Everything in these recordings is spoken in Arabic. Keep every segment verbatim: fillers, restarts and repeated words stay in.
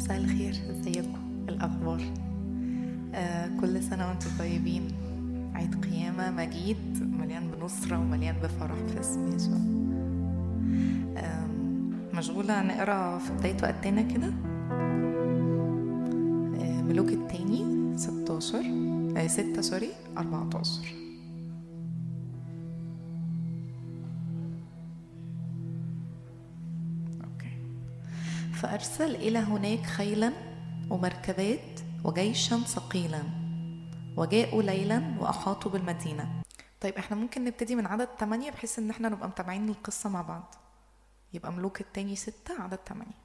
مساء الخير، ازيكم؟ الأخبار؟ آه كل سنة وانتم طيبين. عيد قيامة مجيد مليان بنصرة ومليان بفرح في اسم يسوع. آه مشغولة نقرأ في بداية وقتنا كده آه ملوك التاني ستاشر آه ستة سوري أربعتاشر. أوكي. فأرسل إلى هناك خيلا ومركبات وجيشا ثقيلا وجاءوا ليلا وأحاطوا بالمدينة. طيب احنا ممكن نبتدي من عدد ثمانية بحيث ان احنا نبقى متابعين القصة مع بعض. يبقى ملوك التاني ستة عدد ثمانية.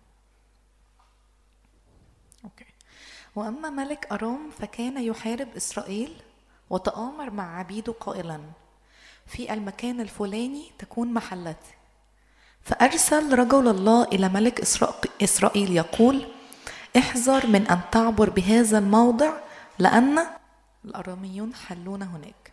اوكي. وأما ملك أرام فكان يحارب إسرائيل وتآمر مع عبيده قائلا: في المكان الفلاني تكون محلتي. فأرسل رجل الله إلى ملك إسرائيل يقول: احذر من أن تعبر بهذا الموضع لأن الأراميون حلون هناك.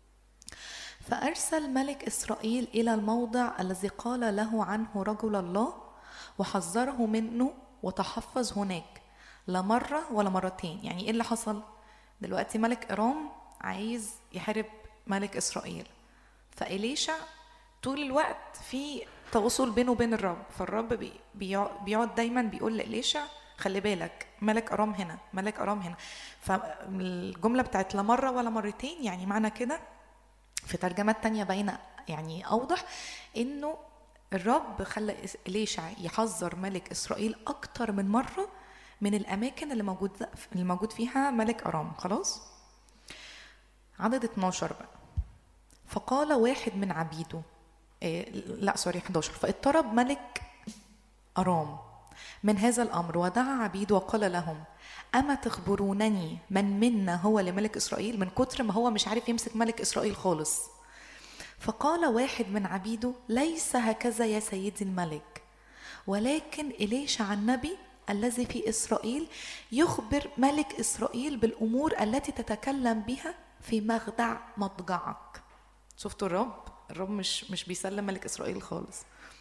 فأرسل ملك إسرائيل إلى الموضع الذي قال له عنه رجل الله وحذره منه وتحفظ هناك لا مرة ولا مرتين. يعني إيه اللي حصل؟ دلوقتي ملك إرام عايز يحارب ملك إسرائيل، فإليشع طول الوقت في تواصل بينه وبين الرب. فالرب بي بيقعد دايما بيقول لإليشع: خلي بالك ملك أرام هنا، ملك أرام هنا. فالجملة بتاعت لا مرة ولا مرتين يعني معنى كده في ترجمات تانية باينة يعني أوضح إنه الرب خلى إليشع يحذر ملك إسرائيل أكتر من مرة من الأماكن اللي موجود اللي موجود فيها ملك أرام. خلاص. عدد اتناشر بقى. فقال واحد من عبيده إيه لا سوري حداشر. فاضطرب ملك أرام من هذا الأمر ودعا عبيده وقال لهم: أما تخبرونني من منا هو لملك إسرائيل؟ من كتر ما هو مش عارف يمسك ملك إسرائيل خالص. فقال واحد من عبيده: ليس هكذا يا سيدي الملك، ولكن إليشع النبي الذي في إسرائيل يخبر ملك إسرائيل بالأمور التي تتكلم بها في مخدع مضجعك. شفتوا الرب؟ الرب مش مش بيسلم ملك إسرائيل خالص.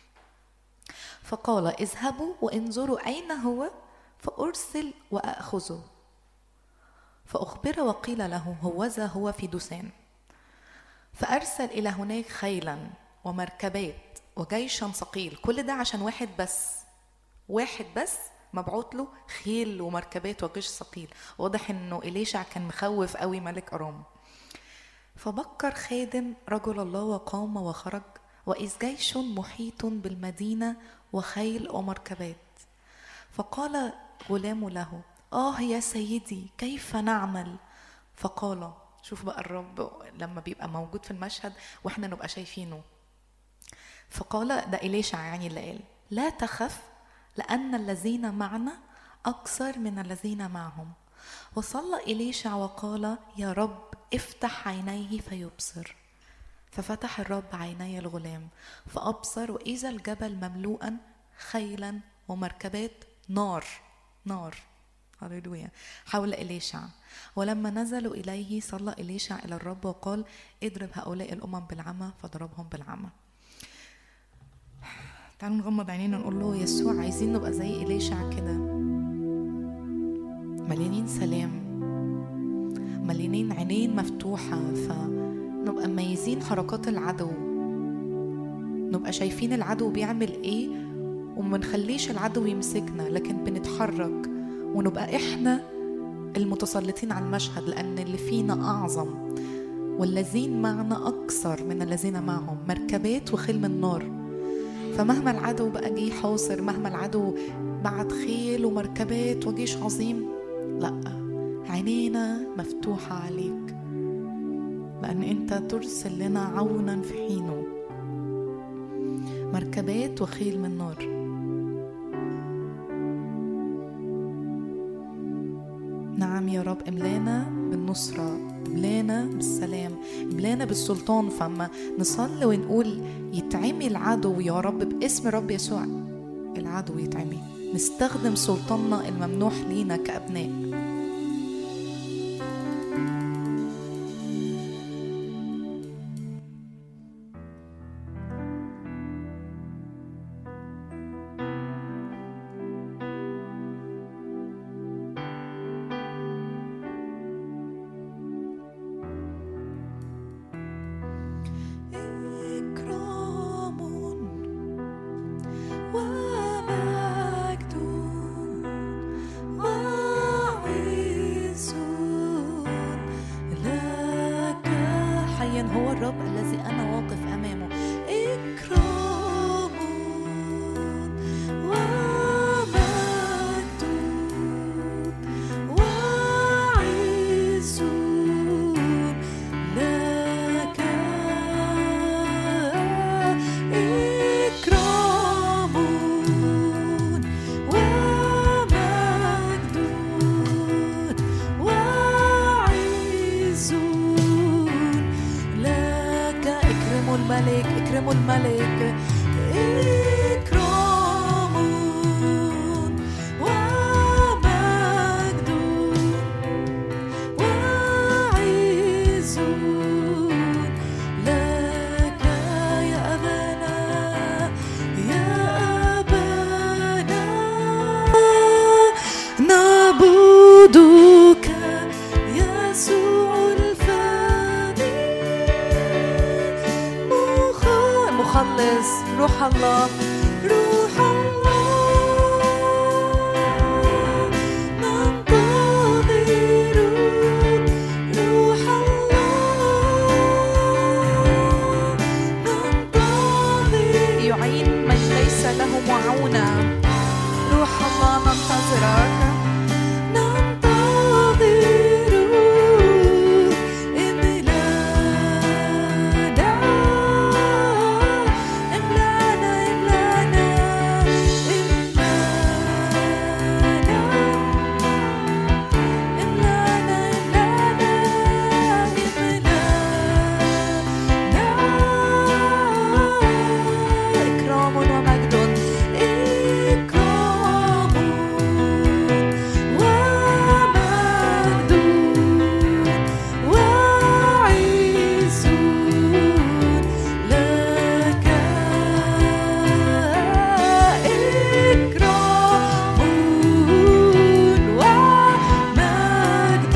فقال: اذهبوا وانظروا أين هو فأرسل وأخذه. فأخبر وقيل له: هوذا هو في دوسان. فأرسل إلى هناك خيلا ومركبات وجيشا ثقيل. كل ده عشان واحد بس، واحد بس مبعوت له خيل ومركبات وجيش ثقيل. واضح انه إليشع كان مخوف قوي ملك أرام. فبكر خادم رجل الله وقام وخرج، وإذ جيش محيط بالمدينة وخيل ومركبات. فقال غلام له: آه يا سيدي كيف نعمل؟ فقال، شوف بقى الرب لما بيبقى موجود في المشهد واحنا نبقى شايفينه. فقال، ده إليشع يعني اللي قال: لا تخف لأن الذين معنا أكثر من الذين معهم. وصلى إليشع وقال: يا رب افتح عينيه فيبصر. ففتح الرب عيني الغلام فأبصر، وإذا الجبل مملوءا خيلا ومركبات نار نار هللويا حول إليشع. ولما نزلوا إليه صلى إليشع إلى الرب وقال: اضرب هؤلاء الأمم بالعمى. فضربهم بالعمى. تعالوا نغمض عينينا ونقول له: يسوع عايزين نبقى زي إليشع كده، مليانين سلام، مليانين عينين مفتوحة، فنبقى مميزين حركات العدو، نبقى شايفين العدو بيعمل ايه ومنخليش العدو يمسكنا، لكن بنتحرك ونبقى احنا المتسلطين على المشهد، لأن اللي فينا أعظم والذين معنا أكثر من الذين معهم، مركبات وخيل من نار. فمهما العدو بقى جه حاصر، مهما العدو بعت خيل ومركبات وجيش عظيم، لا، عينينا مفتوحة عليك، لأن أنت ترسل لنا عونا في حينه، مركبات وخيل من نار. نعم يا رب، املانا بالنصرة، املانا بالسلام، املانا بالسلطان. فما نصلي ونقول: يتعمي العدو يا رب باسم رب يسوع، العدو يتعمي، نستخدم سلطاننا الممنوح لينا كأبناء. يملؤنا. روح الله ننتظرك، ننتظر املانا املانا املانا املانا املانا إكرام ومجد، إكرام ومجد وعز لك، إكرام ومجد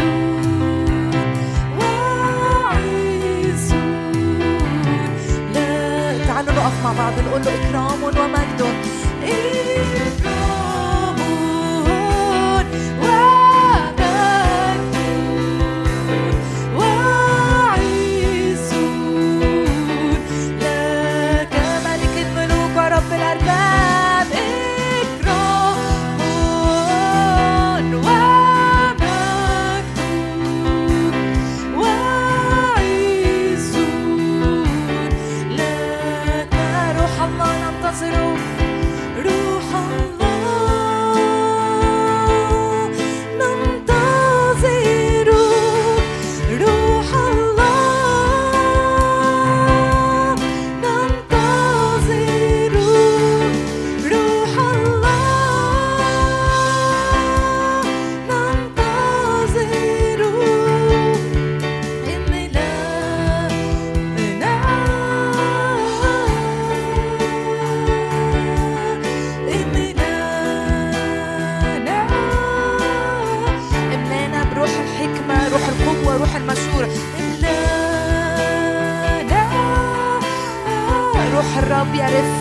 وعز لا. تعالوا نقف مع بعض نقول له إكرام ومجد، إكرام ومجد وعز لك، ملك الملوك ورب الأرباب. إكرام ومجد وعز لك. روح الله ننتظره، روح الله ننتظره، روح الله ننتظره، روح الله ننتظره املانا املانا بروح الحكمة، روح القوة، روح المشورة. املانا روح الرب يعرف.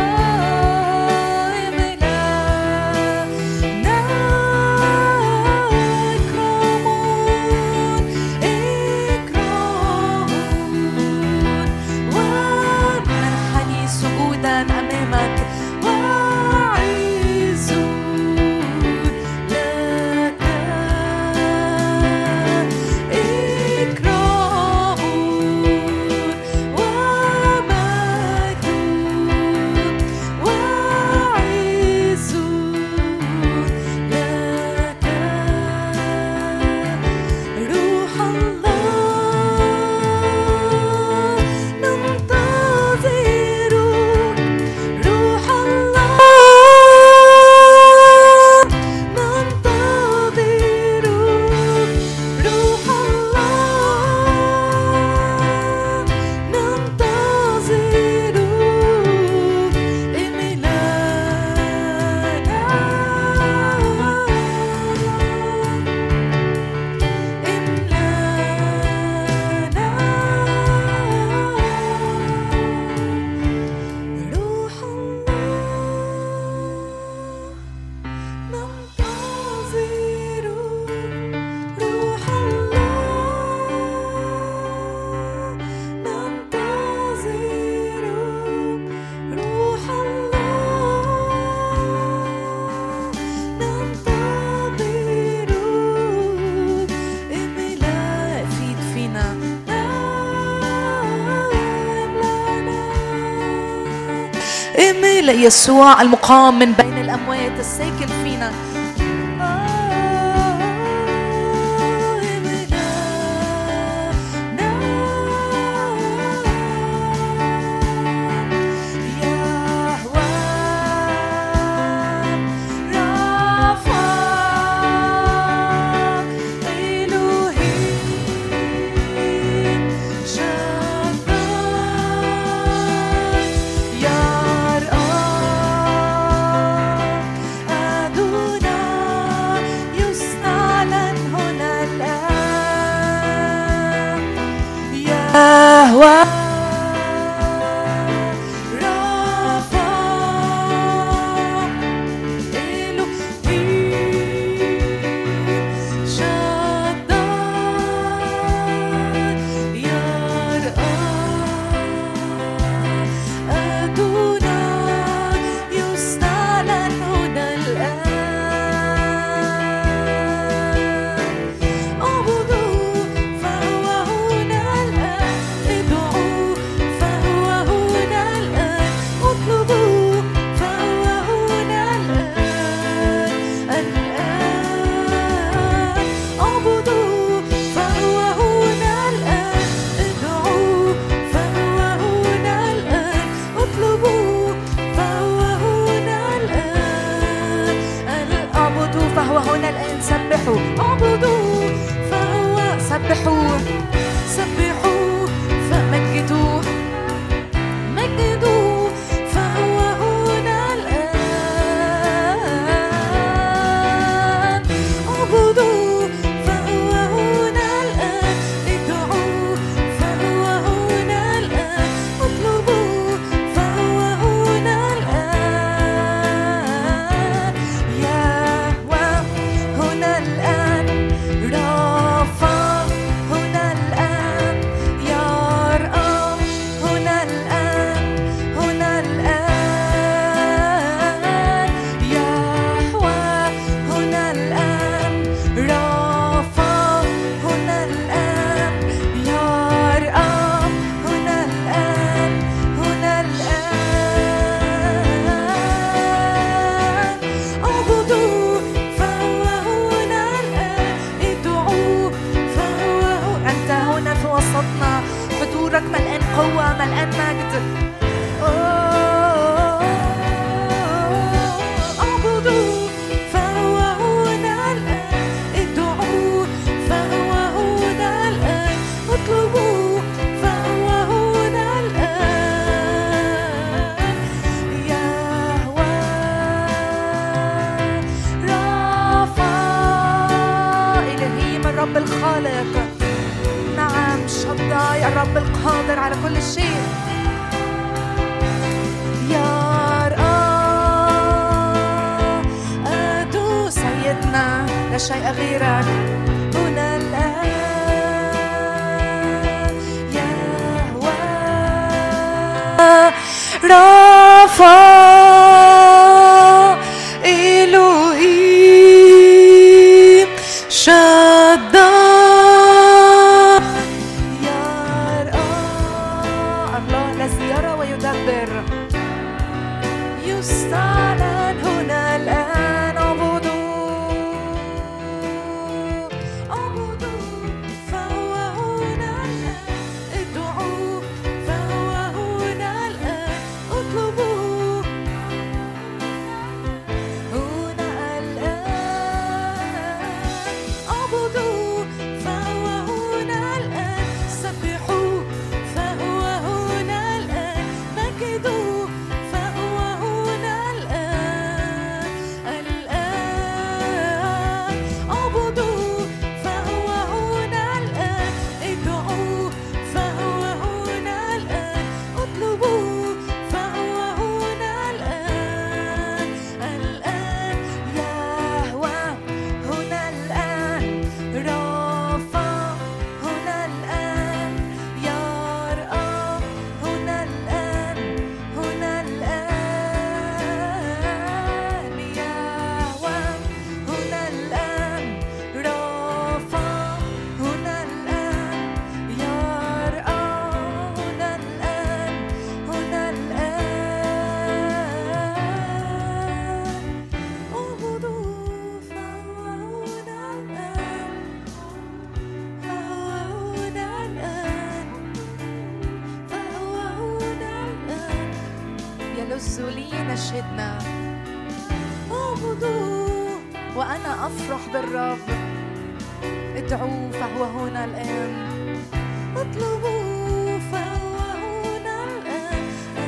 املانا إكرام إكرام ومنحني سجودا أمامك، وعز لك، إكرام ومجد وعز لك. روح الله ننتظره، روح الله ننتظره، روح الله ننتظره املانا املانا. روح الله ننتظره، روح الله ننتظره، روح الله ننتظره املاء فيد فينا. املاء يسوع المقام من بين الأموات الساكن فينا. أدوناي سبحوا اعبدوا فهو سبحوا سبحوا فمجدوه مجدوه فهو هنا الآن اعبدوا فهو هنا الآن ادعوا فهو هنا الآن اطلبوا فهو هنا الآن يهوه هنا الآن رافع هنا الآن يرأى هنا الآن هنا الآن يهوه هنا الآن رافع هنا الآن يرأى هنا الآن هنا الآن اعبدوا فهو هنا الآن ادعوا فهو هو أنت هنا في وسطنا حضورك ملآن قوة ملآن مجد اعبدوا فهو هنا الآن ادعوا فهو هنا الآن اطلبوا فهو هنا الآن يهوه رافع إلهيم الرب الخالق نعم شداي الرب القادر على كل شيء يرأى أدو سيدنا لا شيء غيرك هنا الآن يهوه رافع إلهيم شداي يرأى الله الذي يرى ويدبر يستعلن هنا الآن اعبدوا اعبدوا فهو هنا الآن ادعوا فهو هنا الآن اطلبوا هنا الآن اعبدوا فهو هنا الآن سبحوا فهو هنا الآن مجدوا فهو هنا الآن الآن اعبدوا فهو هنا الآن ادعوا فهو هنا الآن اطلبوا فهو هنا الآن الآن يهوه هنا الآن رافع هنا الآن يرأى هنا الآن هنا الآن يهوه هنا الآن رافع هنا الآن يرأى هنا الآن هنا الآن اعبدوا فهو هنا الآن فهو هنا الآن فهو هنا الآن يلذ لي نشهدنا اعبدوا وأنا أفرح بالرب ادعوا فهو هنا الآن اطلبوا فهو هنا الآن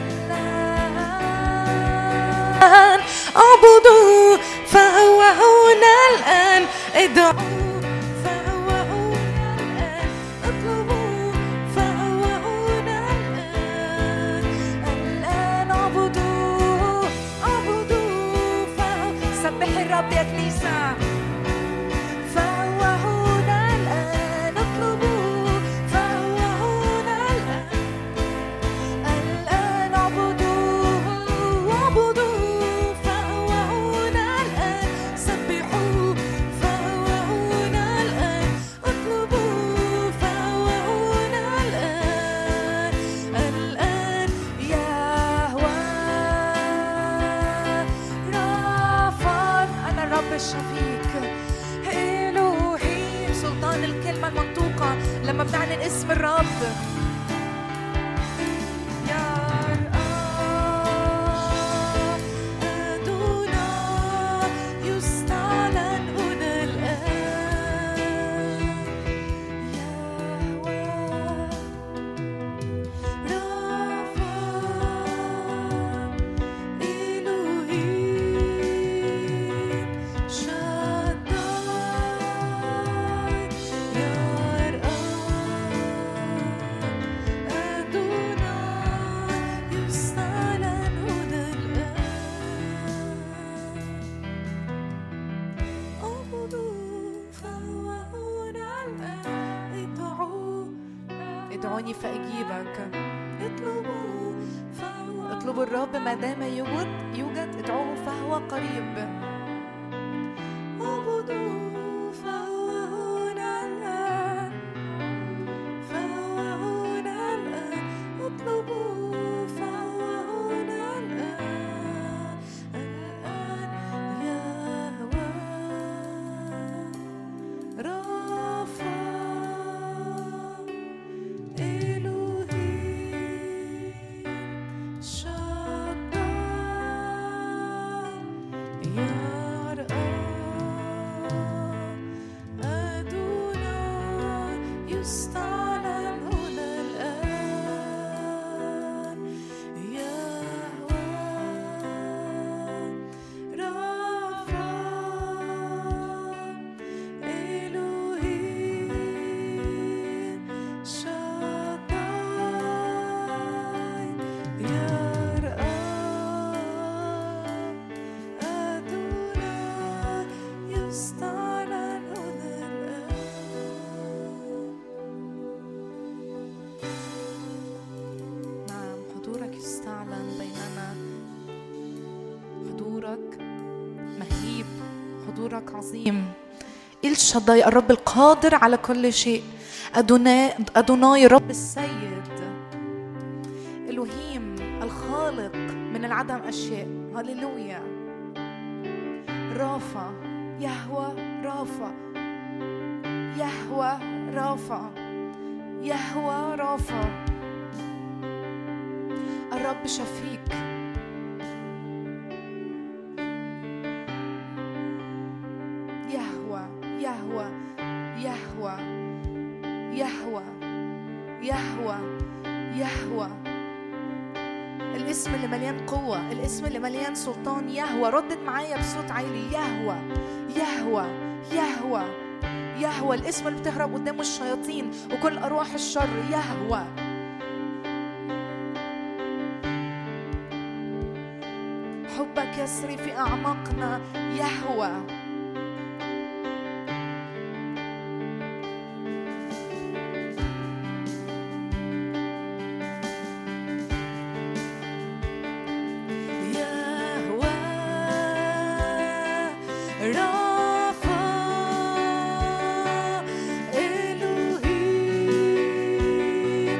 الآن اعبدوا فهو هنا الآن ادعوا فهو هنا الآن اطلبوا فهو هنا الآن الآن اعبدوا اعبدوا فهو سبح الرب يا كنيسة فهو هنا الآن اطلبوا فهو هنا الآن الآن اعبدوا اعبدوا فهو هنا الآن سبحوا فهو هنا الآن اطلبوا فهو هنا الآن الآن يهوه رافع أنا الرب الشفيق إلهي سلطان الكلمة المنطوقة لما بنعلن اسم الرب أدونا يستعلن هنا الآن ادعوني فأجيبك. اطلبوا فهو اطلبوا الرب ما دام يوجد يوجد ادعوه فهو قريب. اعبدوا فهو هنا الآن، فهو هنا الآن. اطلبوا فهو هنا الآن، الآن يهوى رافع إلهي شداي يرأى أدوناي يستعلن هنا الآن. يهوى رافع إلهي شداي يرأى أدوناي يستعلن هنا الآن. نعم، حضورك يستعلن بيننا. حضورك مهيب، حضورك عظيم. إلشداي الرب القادر على كل شيء. أدوناي أدوناي الرب السيد. إلهيم الخالق من العدم أشياء. هللويا. رافع يهوى رافع يهوى رافع يهوى رافع. الرب شفيك. يهوى يهوى يهوى يهوى يهوى يهوى. الاسم اللي مليان قوة، الاسم اللي مليان سلطان. يهوى. ردد معايا بصوت عالي. يهوى يهوى يهوى يهوى. الاسم اللي بتهرب قدامه الشياطين وكل أرواح الشر. يهوى. حبك يسري في أعماقنا. يهوى. يهوى رافع إلهي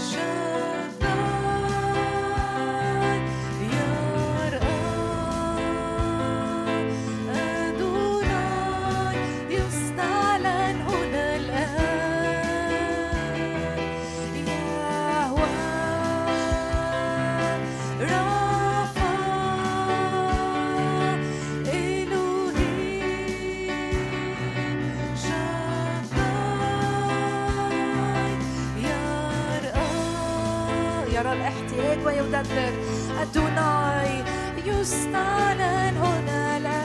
شداي يرأى أدوناي يستعلن هنا الآن. يهوى رافع يرى الاحتياج ويدبر. أدوناي يستعلن هنا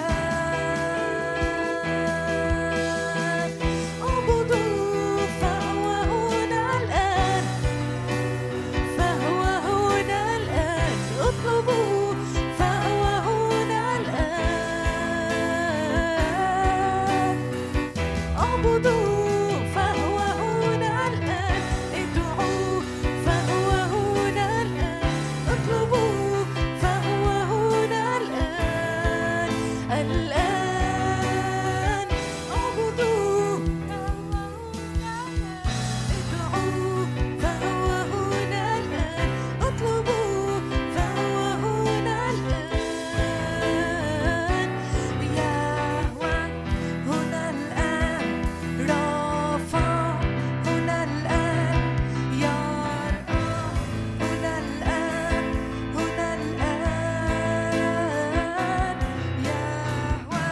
الآن. اعبدوا فهو هنا الآن، فهو هنا الآن. اطلبوا فهو هنا الآن. اعبدوا فهو هنا الآن. ادعوا فهو هنا الآن. اطلبوا فهو هنا الآن، الآن. اعبدوا ادعوا فهو هنا الآن. اطلبوا فهو هنا الآن. يهوى هنا الآن. رافع هنا الآن. يرأى هنا الآن. هنا الآن. يهوى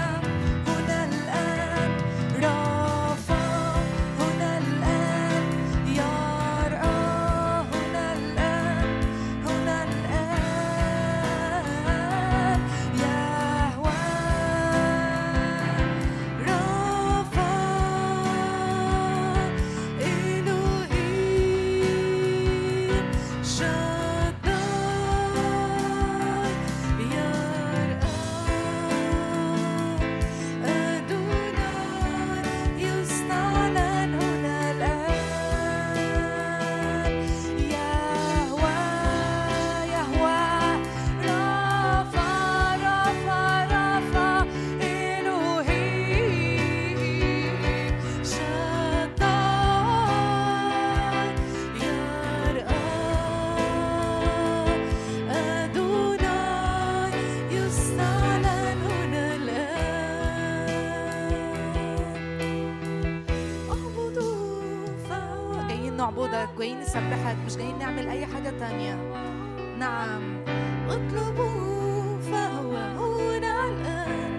نعبدك، جايين نسبحك، مش جايين نعمل أي حاجة تانية. نعم، اطلبوا فهو هنا الآن،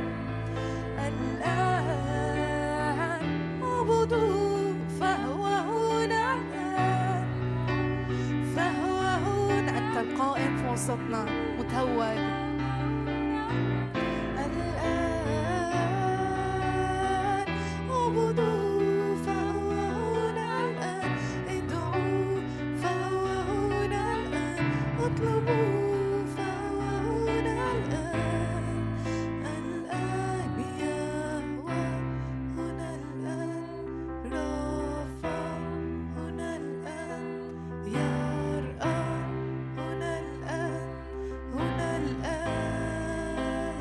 الآن اعبدوا فهو هنا الآن، فهو هنا. أنت القائم في وسطنا متوج. الآن اعبدوا فهو هنا الآن، ادعوا فهو هنا الآن، اطلبوا فهو هنا الآن. الآن يهوى هنا الآن، رافع هنا الآن، يرأى هنا الآن، هنا الآن.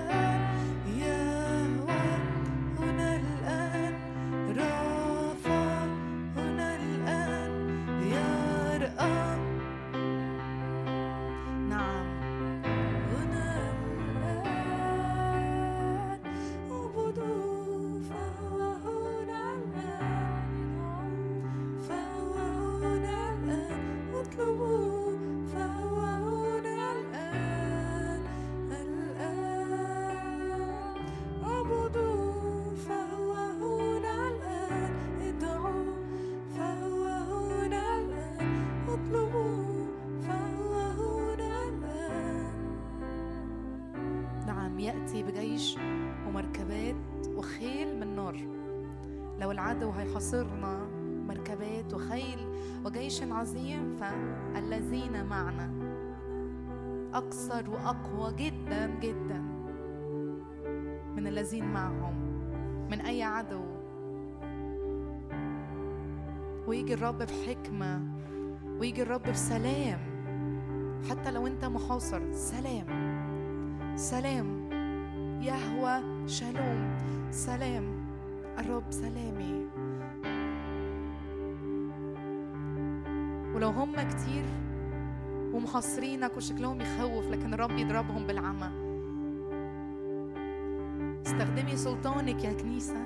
يهوى هنا الآن، رافع هنا الآن، يرأى. نعم، هنا الآن اعبدوا فهو هنا الآن، فهو هنا الآن، اطلبوا فهو هنا الآن. الآن اعبدوا فهو هنا الآن، ادعوا فهو هنا الآن، اطلبوا فهو هنا الآن. نعم، يأتي بجيش ومركبات وخيل من نار. لو العدو هيحاصرنا مركبات وخيل وجيش عظيم، فالذين معنا أكثر وأقوى جدا جدا من الذين معهم، من أي عدو. ويجي الرب بحكمة، ويجي الرب بسلام. حتى لو أنت محاصر، سلام سلام. يهوى شالوم، سلام. الرب سلامي. ولو هم كتير ومحاصرينك وشكلهم يخوف، لكن الرب يضربهم بالعمى. استخدمي سلطانك يا كنيسة.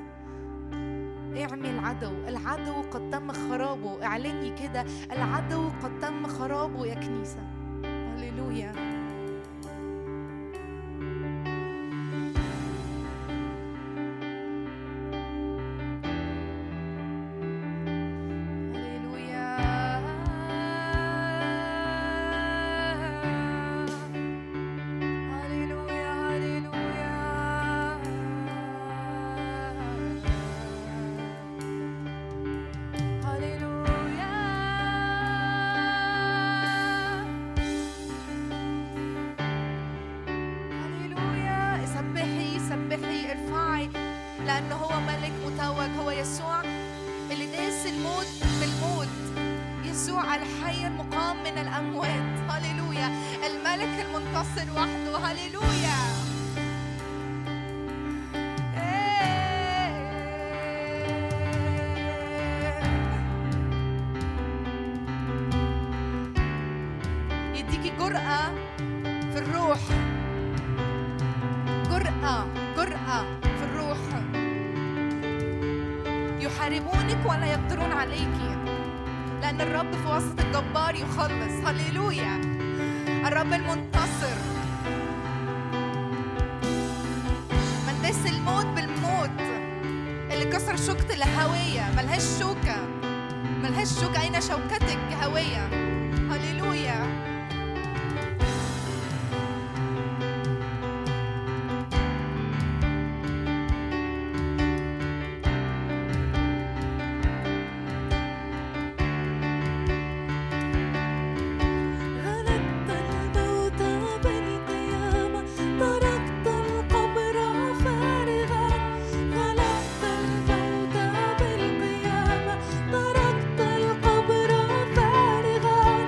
اعمي العدو، العدو قد تم خرابه. اعلني كده، العدو قد تم خرابه يا كنيسة. هللويا. تركت القبر فارغا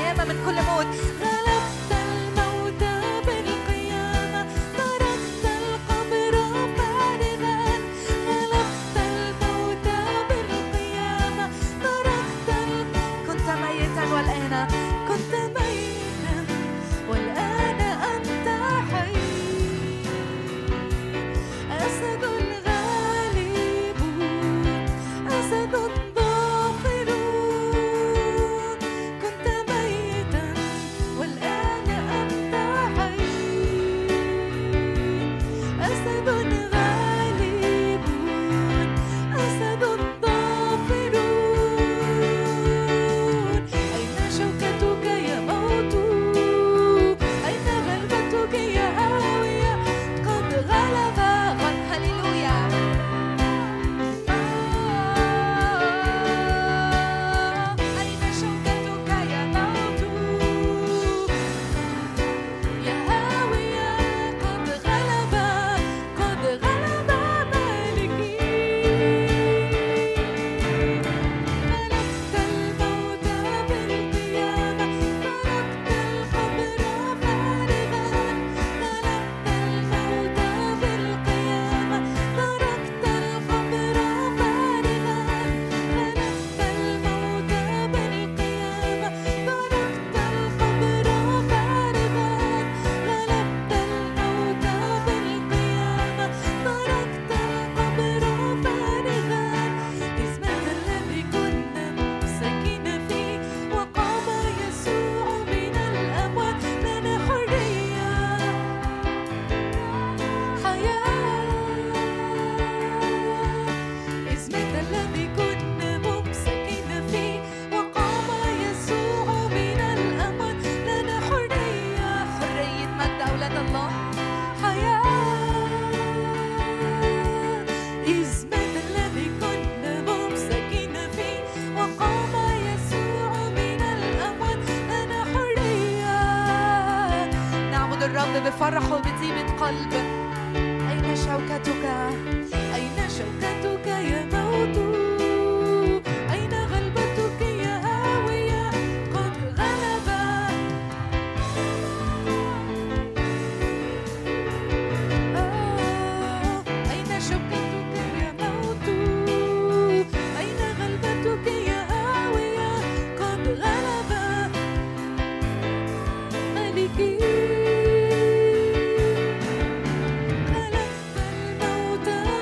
القيامة من كل موت. غلبت الموت بالقيامة، تركت القبر فارغا. غلبت الموت بالقيامة، تركت ال... كنت ميتا والآن كنت ميتا والآن أنت حي. أسد غالبون، أسد ظافرون. كنت ميتا والآن أنت حي. أسد غالبون، أسد ظافرون. أين شوكتك يا موت؟ أين غلبتك يا هاوية؟ قد غلب قد هللويا. أين شوكتك يا موت يا هاوية؟ قد غلب قد غلب مالكي. غلبت الموت بالقيامة، تركت القبر فارغا. غلبت الموت بالقيامة، تركت القبر فارغا. غلبت الموت بالقيامة، تركت القبر فارغا. غلبت الموت بالقيامة، تركت القبر فارغا. اسمك الذي كنا مساكين فيه، وقام يسوع من الأموات، لنا حرية حياة. اسمك الذي كنا ممسكين فيه، وقام يسوع من الأموات، لنا حرية. حرية مجد أولاد الله، حياة. اسمك الذي كنا ممسكين فيه، وقام يسوع من الأموات، لنا حرية. نعبد الرب بفرح وبطيبة قلب. أين شوكتك؟ أين شوكتك يا موت؟ أين غلبتك يا هاوية؟ قد غلب. آه، أين شوكتك يا موت؟ أين غلبتك يا هاوية؟ قد غلب ملكي. غلبت الموت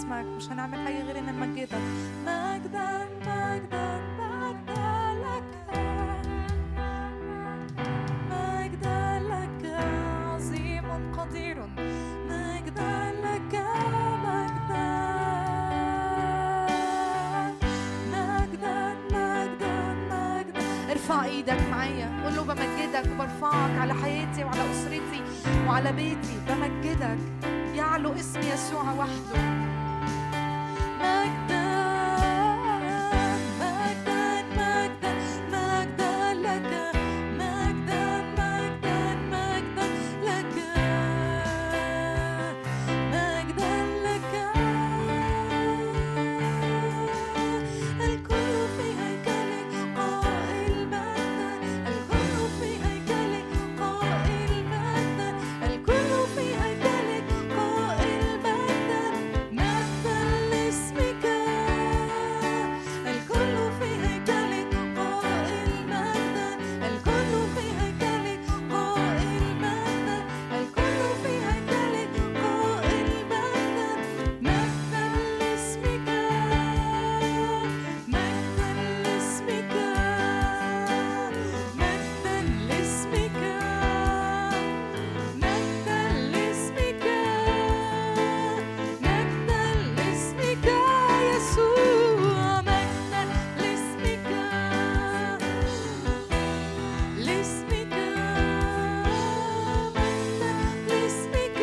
اسمك، مش هنعمل حاجة غير ان نمجدك. مجدا مجدا مجدا لك، مجدا لك عظيم قدير، مجدا لك مجدا مجدا مجدا مجدا. ارفع ايدك معايا، قول له بمجدك وبرفعك على حياتي وعلى أسرتي وعلى بيتي، بمجدك، يعلو اسم يسوع وحده. مجدا مجدا مجدا مجدا لك، مجدا مجدا مجدا لك، مجدا لك. الكل في هيكلك قائل مجدا، الكل في هيكلك قائل مجدا، الكل في هيكلك قائل مجدا، مجدا لاسمك. الكل في هيكلك قائل مجدا، الكل في هيكلك قائل مجدا، الكل في هيكلك قائل مجدا، مجدا لاسمك، مجدا لاسمك، مجدا لاسمك، مجدا لاسمك، مجدا لاسمك يسوع، مجدا لاسمك، لاسمك، مجدا لاسمك،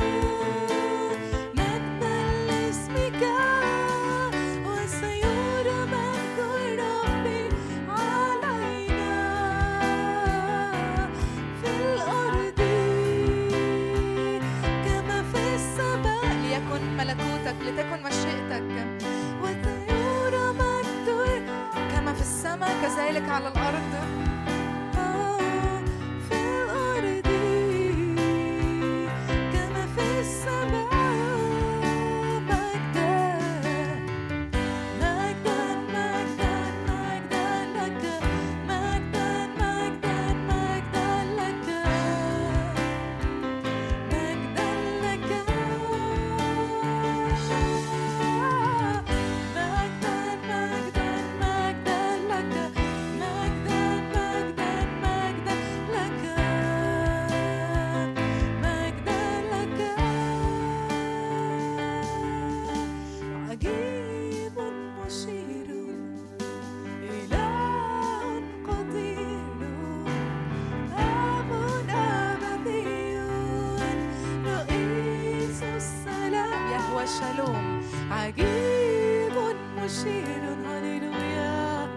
مجدا لاسمك. وسيرى مجد الرب علينا في الأرض كما في السماء. ليكن ملكوتك، لتكن مشيئتك. وسيرى مجد كما في السماء كذلك على الأرض. آه، في الأرض كما في السماء. مجدا مجدا مجدا مجدا لك، مجدا مجدا مجدا لك، مجدا لك، مجدا مجدا مجدا لك، مجدا مجدا مجدا لك، مجدا لك. عجيب مشير، إله قدير، آب أبدي، رئيس السلام، يهوى شالوم. عجيب مشير، هللويا.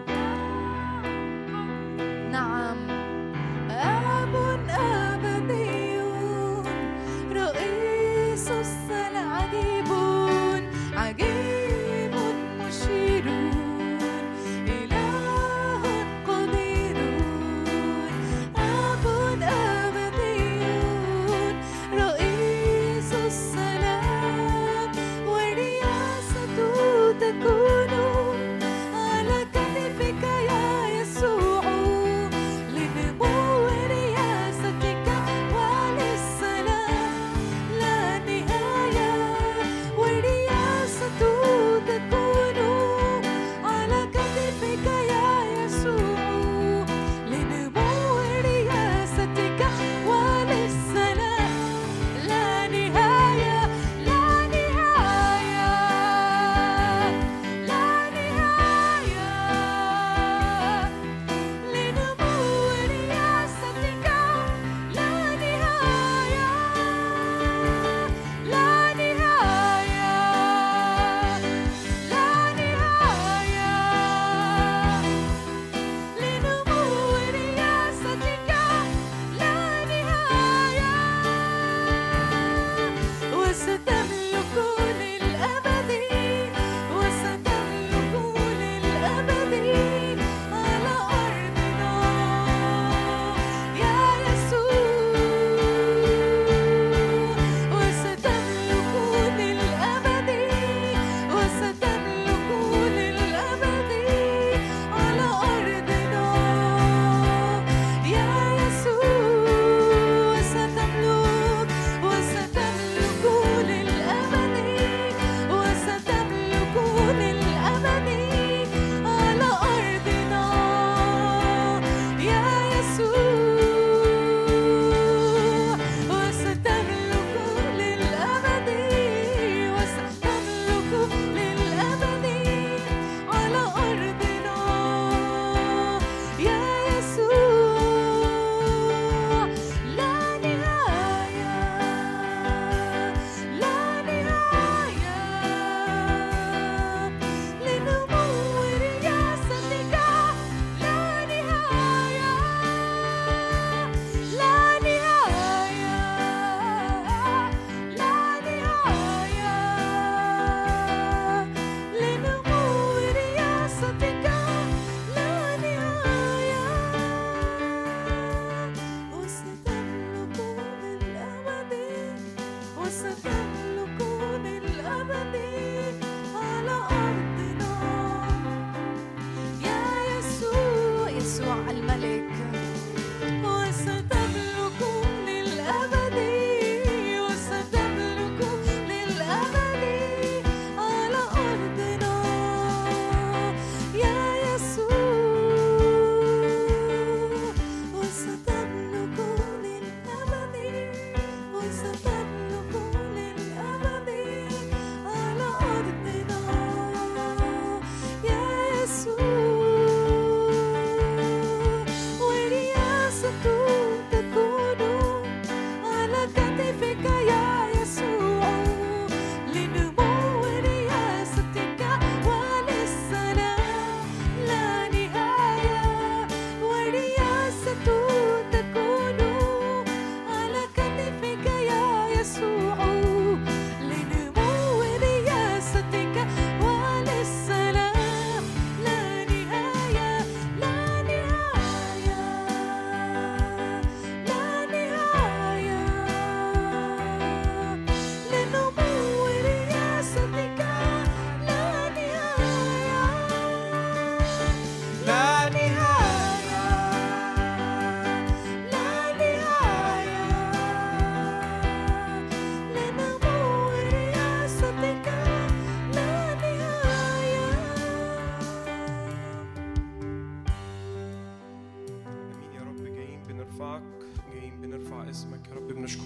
نعم، آب أبدي، رئيس السلام. عجيب عجيب مشير، إله قدير، آب أبدي، رئيس السلام. والرياسة تكون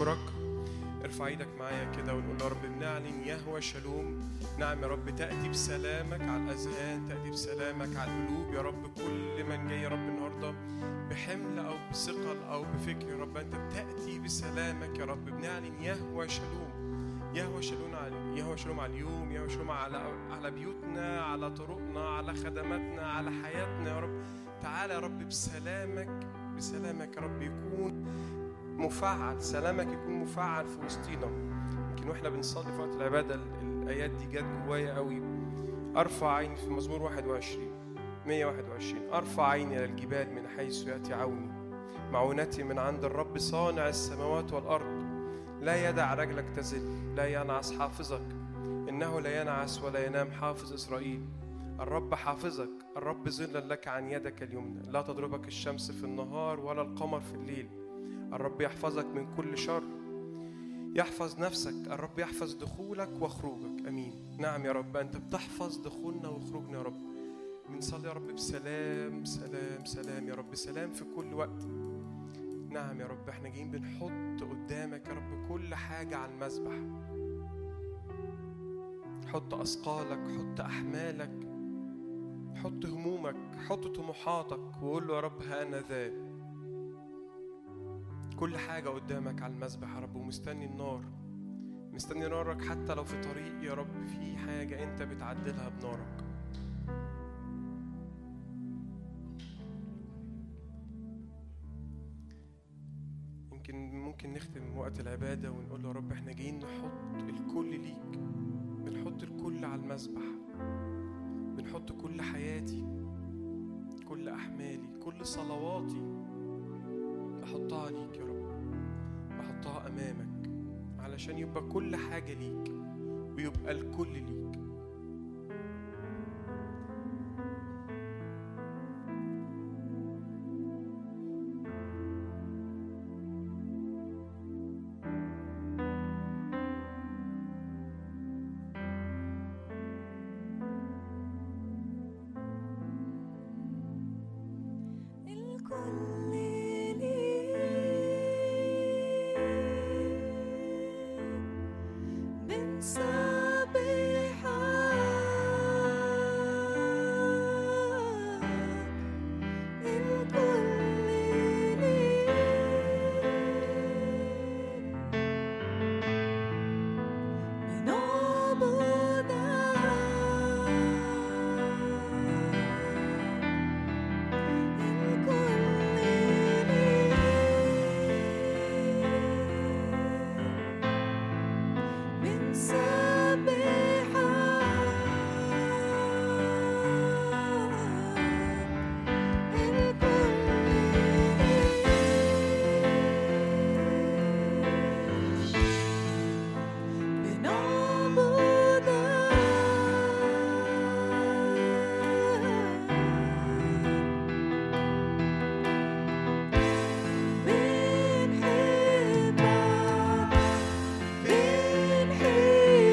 بنشكرك. ارفع ايدك معايا كده ونقول يا رب بنعلن يهوه شالوم. نعم يا رب، تأتي بسلامك على الأذهان، تأتي بسلامك على القلوب يا رب. كل من جاي يا رب النهارده بحمل أو بثقل أو بفكر يا رب، أنت بتأتي بسلامك يا رب. بنعلن يهوه شالوم، يهوه شالوم على يهوه شالوم على اليوم، يهوه شالوم على على بيوتنا، على طرقنا، على خدماتنا، على حياتنا يا رب. تعالى يا رب بسلامك، بسلامك يا رب يكون مفعل، سلامك يكون مفعل في وسطينا. يمكن واحنا بنصلي في وقت العباده الايات دي جت جوايا قوي. ارفع عيني في مزمور واحد وعشرين مية وواحد وعشرين، ارفع عيني الى الجبال من حيث ياتي عوني، معونتي من عند الرب صانع السماوات والارض. لا يدع رجلك تزل، لا ينعس حافظك، انه لا ينعس ولا ينام حافظ اسرائيل. الرب حافظك، الرب ظلا لك عن يدك اليمنى، لا تضربك الشمس في النهار ولا القمر في الليل. الرب يحفظك من كل شر، يحفظ نفسك، الرب يحفظ دخولك وخروجك. امين. نعم يا رب، انت بتحفظ دخولنا وخروجنا يا رب. بنصلي يا رب بسلام سلام سلام يا رب، سلام في كل وقت. نعم يا رب، احنا جايين بنحط قدامك يا رب كل حاجة على المذبح. حط أثقالك، حط أحمالك، حط همومك، حط طموحاتك، وقول له يا رب ها أنا ذا. كل حاجة قدامك على المذبح يا رب، ومستني النار، مستني نارك. حتى لو في طريق يا رب في حاجة أنت بتعدلها بنارك. يمكن ممكن نختم وقت العبادة ونقول له يا رب احنا جايين نحط الكل ليك، بنحط الكل على المذبح، بنحط كل حياتي، كل أحمالي، كل صلواتي بحطها ليك يا رب، بحطها أمامك علشان يبقى كل حاجة ليك ويبقى الكل ليك. Hey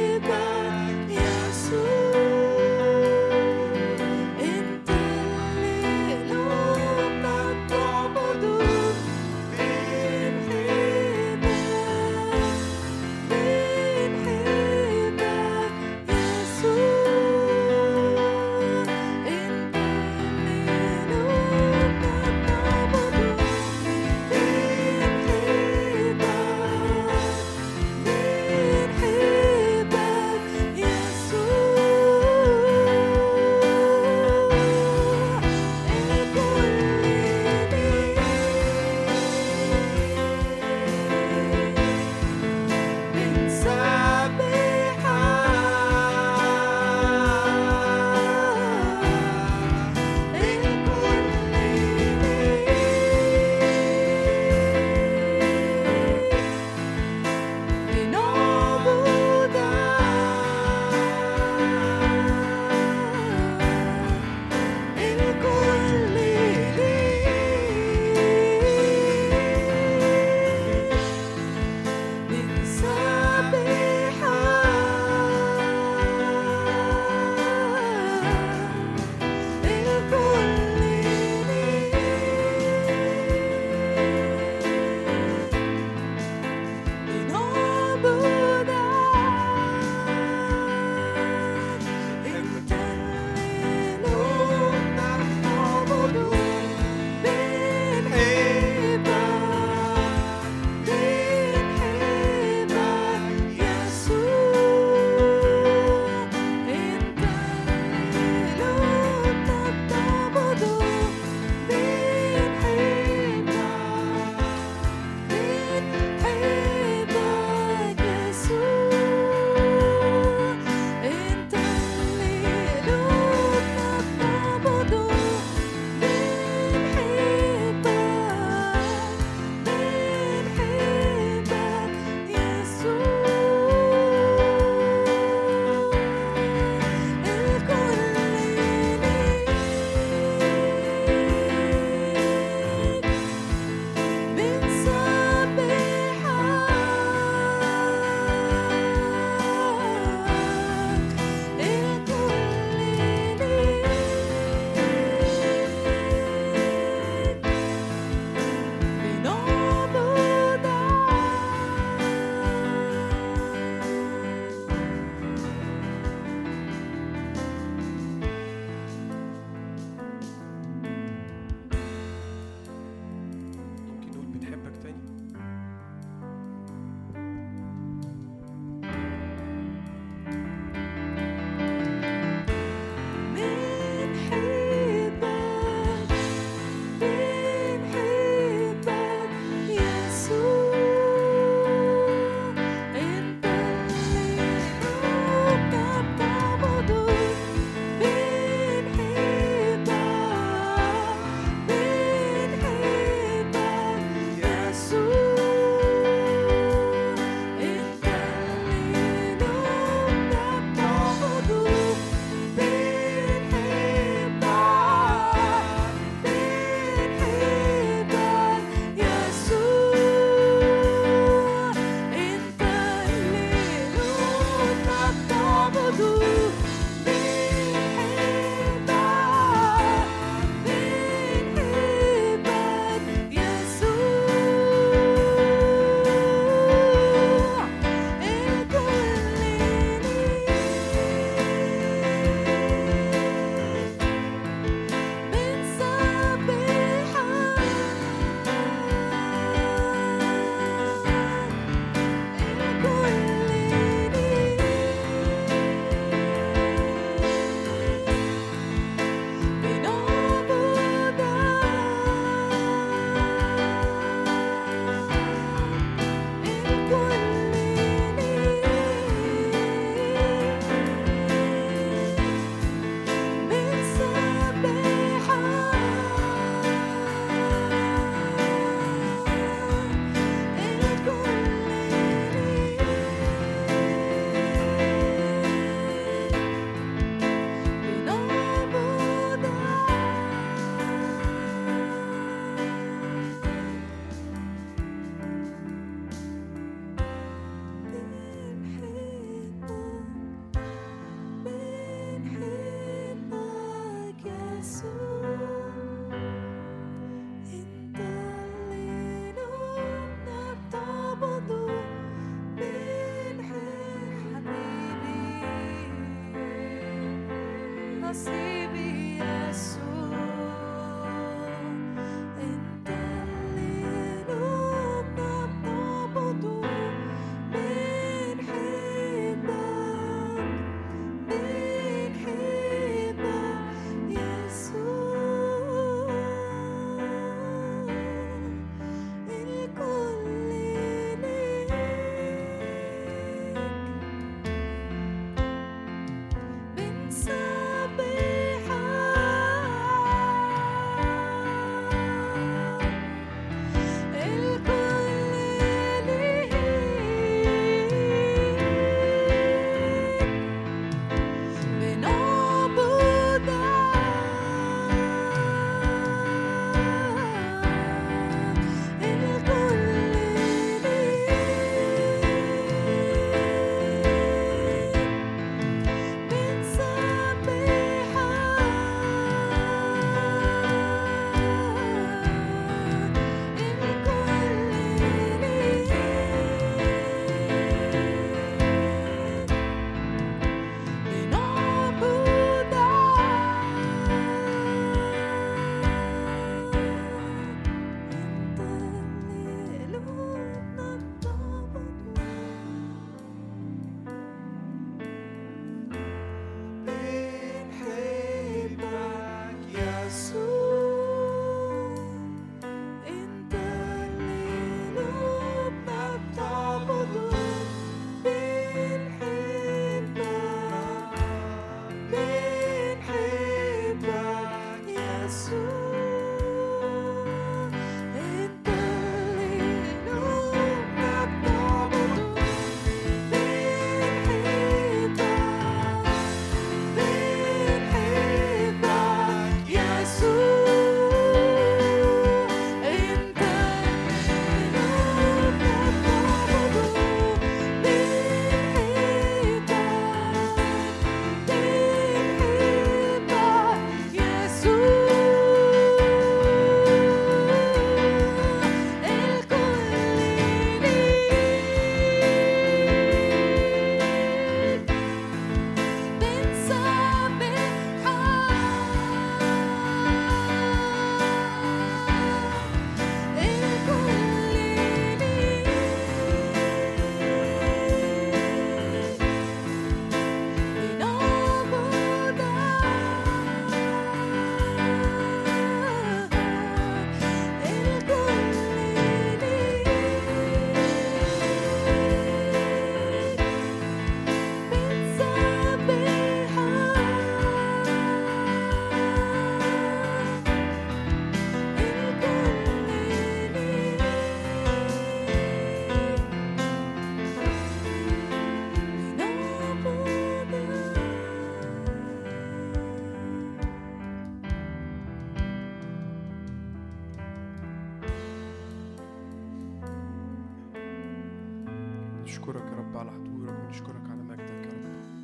نشكرك يا رب على حضورك ونشكرك على مجدك يا رب.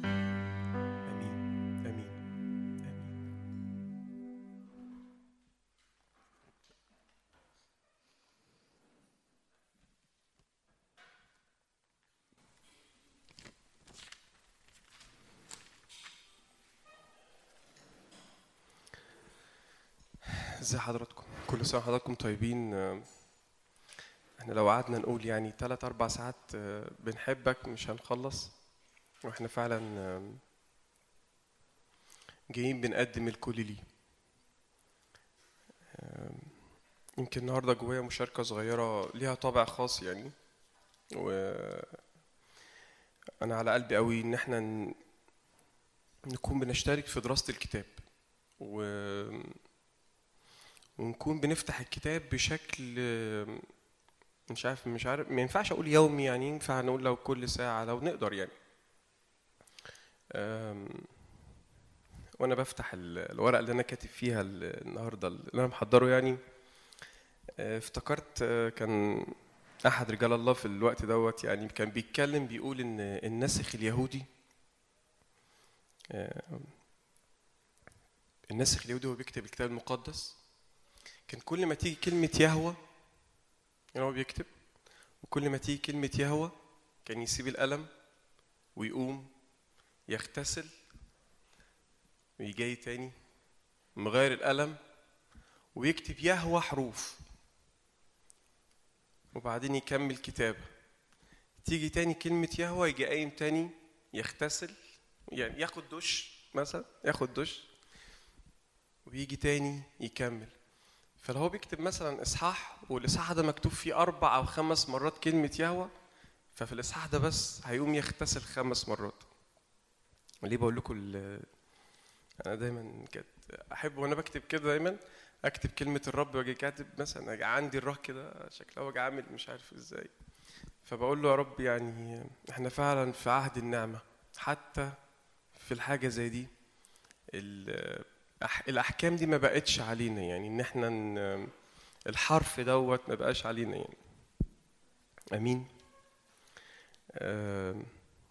امين امين امين. ازي حضراتكم؟ كل سنه وحضراتكم طيبين. احنا لو قعدنا نقول يعني ثلاث اربع ساعات بنحبك مش هنخلص، واحنا فعلا جايين بنقدم الكل ليه. يمكن النهارده جوايا مشاركه صغيره ليها طابع خاص يعني، وانا على قلبي قوي ان احنا نكون بنشترك في دراسه الكتاب و ونكون بنفتح الكتاب بشكل مش عارف مش عارف ما ينفعش اقول يومي، يعني ينفع نقول لو كل ساعه لو نقدر يعني. وانا بفتح الورقه اللي انا كاتب فيها النهارده اللي انا محضره يعني، افتكرت كان احد رجال الله في الوقت دوت يعني كان بيتكلم بيقول ان الناسخ اليهودي الناسخ اليهودي هو بيكتب الكتاب المقدس، كان كل ما تيجي كلمه يهوه يعني هو بيكتب، وكل ما تيجي كلمة يهوه كان يسيب القلم ويقوم يغتسل ويجي تاني مغير القلم ويكتب يهوى حروف، وبعدين يكمل كتابة. تيجي تاني كلمة يهوى يجي قايم تاني يغتسل، يعني ياخد دش مثلا، ياخد دش ويجي تاني يكمل. فلو هو بيكتب مثلا إصحاح والإصحاح ده مكتوب فيه أربع أو خمس مرات كلمة يهوى، ففي الإصحاح ده بس هيقوم يغتسل خمس مرات. وليه بقول لكم أنا دايما كده أحب وأنا بكتب كده دايما أكتب كلمة الرب واجي كاتب مثلا عندي الروح كده شكلها واجي عامل مش عارف إزاي. فبقول له يا رب يعني إحنا فعلا في عهد النعمة، حتى في الحاجة زي دي الأحكام دي ما بقتش علينا، يعني إن إحنا الحرف دوت ما بقاش علينا يعني. أمين. أه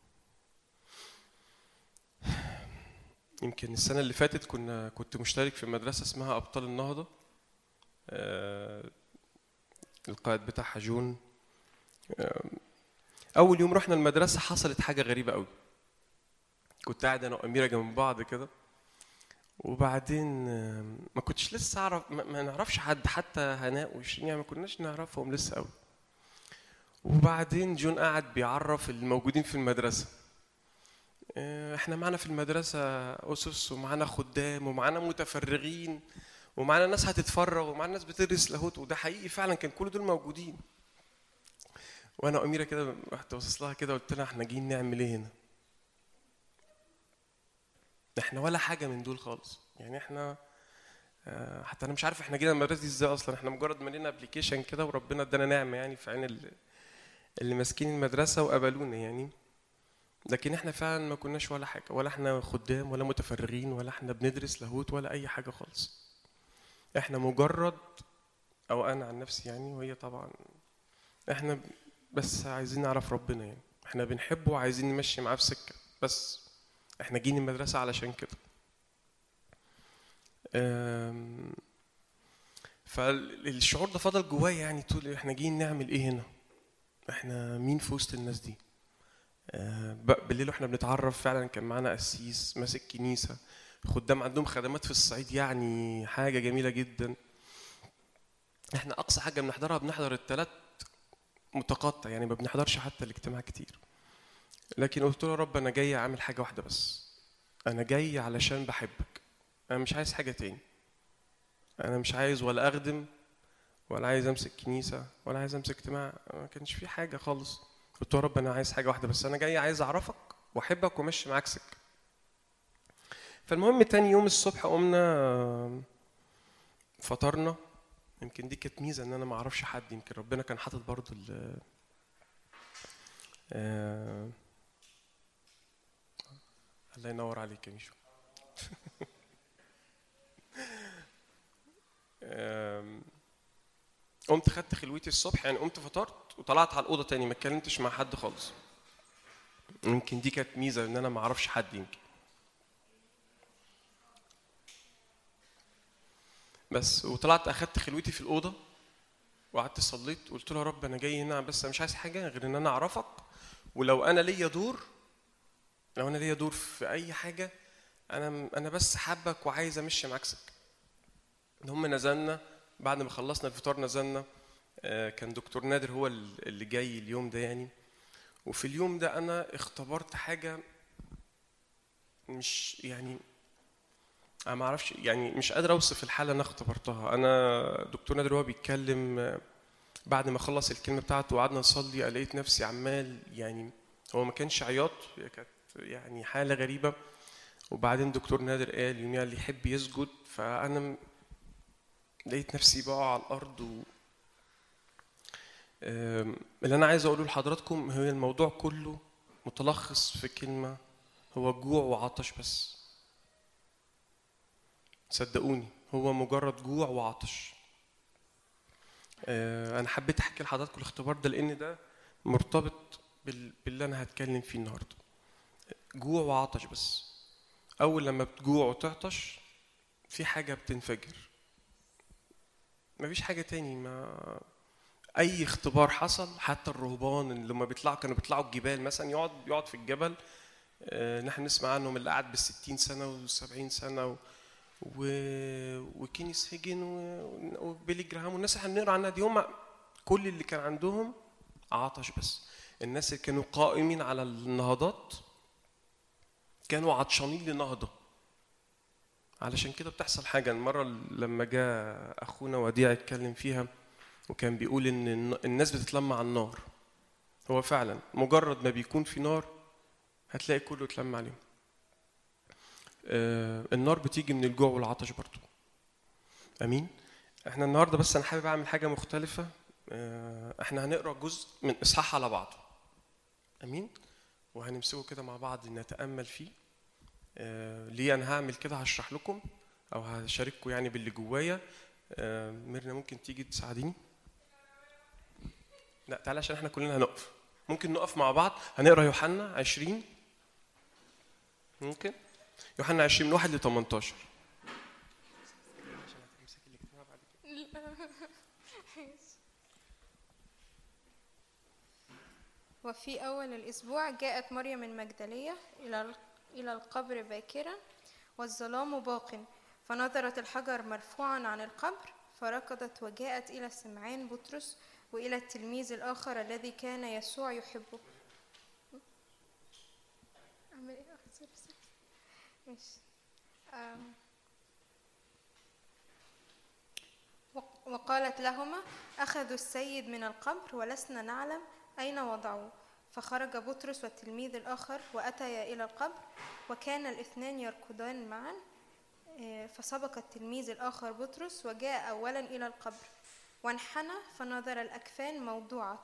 يمكن السنة اللي فاتت كنا كنت مشترك في مدرسة اسمها أبطال النهضة، أه القائد بتاعها جون. أه أول يوم رحنا المدرسة حصلت حاجة غريبة قوي. كنت قاعد أنا وأميرة جنب بعض كده، وبعدين ما كنتش لسه أعرف، ما نعرفش حد، حتى هناء وشيرين يعني ما كناش نعرفهم لسه قوي. وبعدين جون قاعد بيعرف الموجودين في المدرسة. احنا معنا في المدرسة أسس ومعنا خدام ومعنا متفرغين ومعنا ناس هتتفرغ ومعنا ناس بتدرس لاهوت، وده حقيقي فعلا كان كل دول موجودين. وانا وأميرة كده رحت باصص لها كده قلت لها احنا جايين نعمل ايه هنا؟ احنا ولا حاجة من دول خالص، يعني احنا حتى انا مش عارف احنا جينا المدرسة دي ازاي اصلا. احنا مجرد ملينا ابلكيشن كده وربنا ادانا نعمة يعني في عين اللي ماسكين المدرسة وقبلونا يعني. لكن احنا فعلا ما كناش ولا حاجة، ولا احنا خدام ولا متفرغين ولا احنا بندرس لاهوت ولا اي حاجة خالص. احنا مجرد، او انا عن نفسي يعني وهي طبعا، احنا بس عايزين نعرف ربنا، يعني احنا بنحبه وعايزين نمشي معاه في سكة، بس احنا جينا المدرسة علشان كده. فالشعور ده فضل جوايا يعني طول احنا جايين نعمل ايه هنا؟ احنا مين في وسط الناس دي؟ بالليل واحنا بنتعرف فعلا كان معانا قسيس ماسك كنيسة، خدام عندهم خدمات في الصعيد، يعني حاجة جميلة جدا. احنا اقصى حاجة بنحضرها بنحضر الثلاث متقطع، يعني ما بنحضرش حتى الاجتماع كتير. لكن قلت له يا رب انا جاي اعمل حاجة واحدة بس، انا جاي علشان بحبك، انا مش عايز حاجة تاني. انا مش عايز ولا اخدم ولا عايز امسك كنيسة ولا عايز امسك اجتماع، ما كانش في حاجة خالص. قلت له يا رب انا عايز حاجة واحدة بس، انا جاي عايز اعرفك واحبك ومشي معاك سكة. فالمهم تاني يوم الصبح قمنا فطرنا. يمكن دي كانت ميزة ان انا ما اعرفش حد، يمكن ربنا كان حاطط برضو ال آه الله ينور عليك يا ميشو. قمت خدت خلوتي الصبح، يعني قمت فطرت وطلعت على الأوضة تاني، ما اتكلمتش مع حد خالص. يمكن دي كانت ميزة ان انا ما اعرفش حد يمكن. بس وطلعت اخدت خلوتي في الأوضة وقعدت صليت، قلت له يا رب انا جاي هنا بس مش عايز حاجة غير ان انا اعرفك، ولو انا ليا دور لو انا ليا دور في اي حاجة انا انا بس حابك وعايز امشي معاك سكة. هم نزلنا بعد ما خلصنا الفطار، نزلنا كان دكتور نادر هو اللي جاي اليوم ده يعني. وفي اليوم ده انا اختبرت حاجة مش يعني انا ما اعرفش، يعني مش قادر اوصف الحالة انا اختبرتها. انا دكتور نادر هو بيتكلم بعد ما خلص الكلمة بتاعته وقعدنا نصلي، لقيت نفسي عمال يعني، هو ما كانش عياط، كانت يعني حالة غريبة. وبعدين دكتور نادر قال يوميا اللي يحب يسجد، فأنا لقيت نفسي بقع على الأرض. و... اللي أنا عايز أقوله لحضراتكم هو الموضوع كله متلخص في كلمة، هو جوع وعطش بس. صدقوني هو مجرد جوع وعطش. أنا حبيت أحكي لحضراتكم الاختبار ده لأن ده مرتبط باللي أنا هتكلم فيه النهاردة. جوع وعطش بس. أول لما بتجوع وتعطش في حاجة بتنفجر، مفيش حاجة تاني. ما أي اختبار حصل، حتى الرهبان اللي لما بيطلعوا كانوا بيطلعوا الجبال مثلا، يقعد يقعد في الجبل آه، نحن نسمع عنهم اللي قعد بالستين سنة والسبعين سنة و... و... وكينيس هيجن و... وبيلي جراهام والناس اللي هنقرا عنها دي، هم كل اللي كان عندهم عطش بس. الناس اللي كانوا قائمين على النهضات كانوا عطشانين لنهضة. علشان كده بتحصل حاجة. المرة لما جاء أخونا وديع يتكلم فيها وكان بيقول إن الناس بتتلم على النار، هو فعلا مجرد ما بيكون في نار هتلاقي كله يتلم عليهم. آه النار بتيجي من الجوع والعطش برضو. أمين. احنا النهاردة بس أنا حابب أعمل حاجة مختلفة. آه احنا هنقرأ جزء من إصحاح على بعضه. أمين. وهنمسكه كده مع بعض نتأمل فيه. آه ليه أنا هعمل كده؟ هشرح لكم أو هشارككم يعني باللي جوايا. آه ميرنا ممكن تيجي تساعديني؟ لا تعالى عشان احنا كلنا هنقف. ممكن نقف مع بعض. هنقرأ يوحنا عشرين. ممكن يوحنا عشرين من واحد ل تمنتاشر. وفي أول الأسبوع جاءت مريم المجدلية إلى إلى القبر باكرا والظلام باق، فنظرت الحجر مرفوعا عن القبر، فركضت وجاءت إلى سمعان بطرس وإلى التلميذ الآخر الذي كان يسوع يحبه. وقالت لهما: أخذوا السيد من القبر ولسنا نعلم أين وضعوه. فخرج بطرس والتلميذ الآخر وأتيا إلى القبر، وكان الاثنان يركضان معا. فسبق التلميذ الآخر بطرس وجاء أولا إلى القبر، وانحنى فنظر الأكفان موضوعة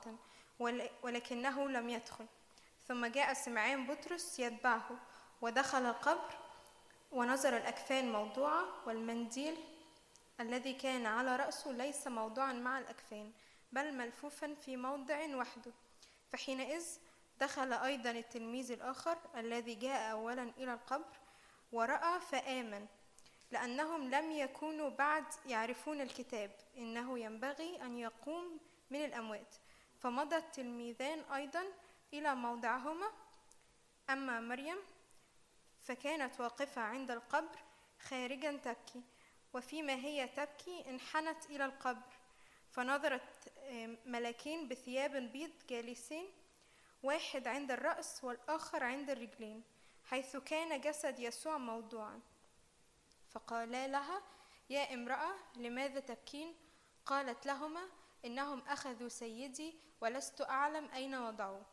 ولكنه لم يدخل. ثم جاء سمعان بطرس يتبعه ودخل القبر ونظر الأكفان موضوعة، والمنديل الذي كان على رأسه ليس موضوعا مع الأكفان بل ملفوفا في موضع وحده. فحينئذ دخل أيضا التلميذ الآخر الذي جاء أولا إلى القبر ورأى فآمن، لأنهم لم يكونوا بعد يعرفون الكتاب إنه ينبغي أن يقوم من الأموات. فمضى التلميذان أيضا إلى موضعهما. أما مريم فكانت واقفة عند القبر خارجا تبكي، وفيما هي تبكي انحنت إلى القبر، فنظرت ملكين بثياب بيض جالسين، واحد عند الرأس والآخر عند الرجلين، حيث كان جسد يسوع موضوعا. فقالا لها: يا امرأة، لماذا تبكين؟ قالت لهما: إنهم أخذوا سيدي ولست أعلم أين وضعوه.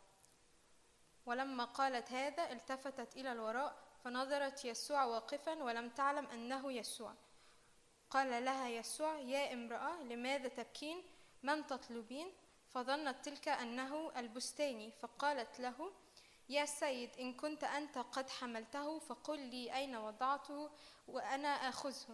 ولما قالت هذا التفتت إلى الوراء فنظرت يسوع واقفا ولم تعلم أنه يسوع. قال لها يسوع: يا امرأة، لماذا تبكين؟ من تطلبين؟ فظنت تلك أنه البستاني، فقالت له: يا سيد، إن كنت أنت قد حملته فقل لي أين وضعته وأنا آخذه.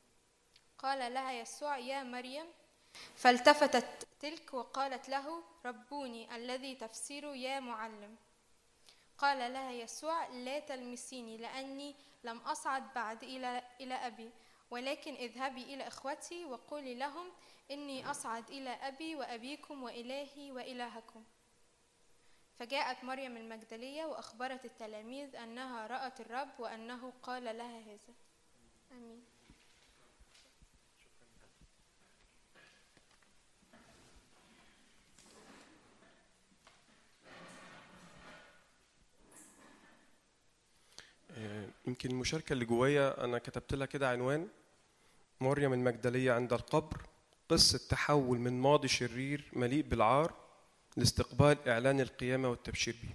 قال لها يسوع: يا مريم. فالتفتت تلك وقالت له: ربوني، الذي تفسيره يا معلم. قال لها يسوع: لا تلمسيني، لأني لم أصعد بعد إلى إلى أبي، ولكن اذهبي إلى إخوتي وقولي لهم إني أصعد إلى أبي وأبيكم وإلهي وإلهكم. فجاءت مريم المجدلية وأخبرت التلاميذ أنها رأت الرب وأنه قال لها هذا. آمين. يمكن المشاركة اللي جوايا أنا كتبت لها كده عنوان: مريم المجدلية عند القبر، قصة تحول من ماضي شرير مليء بالعار لاستقبال إعلان القيامة والتبشير به.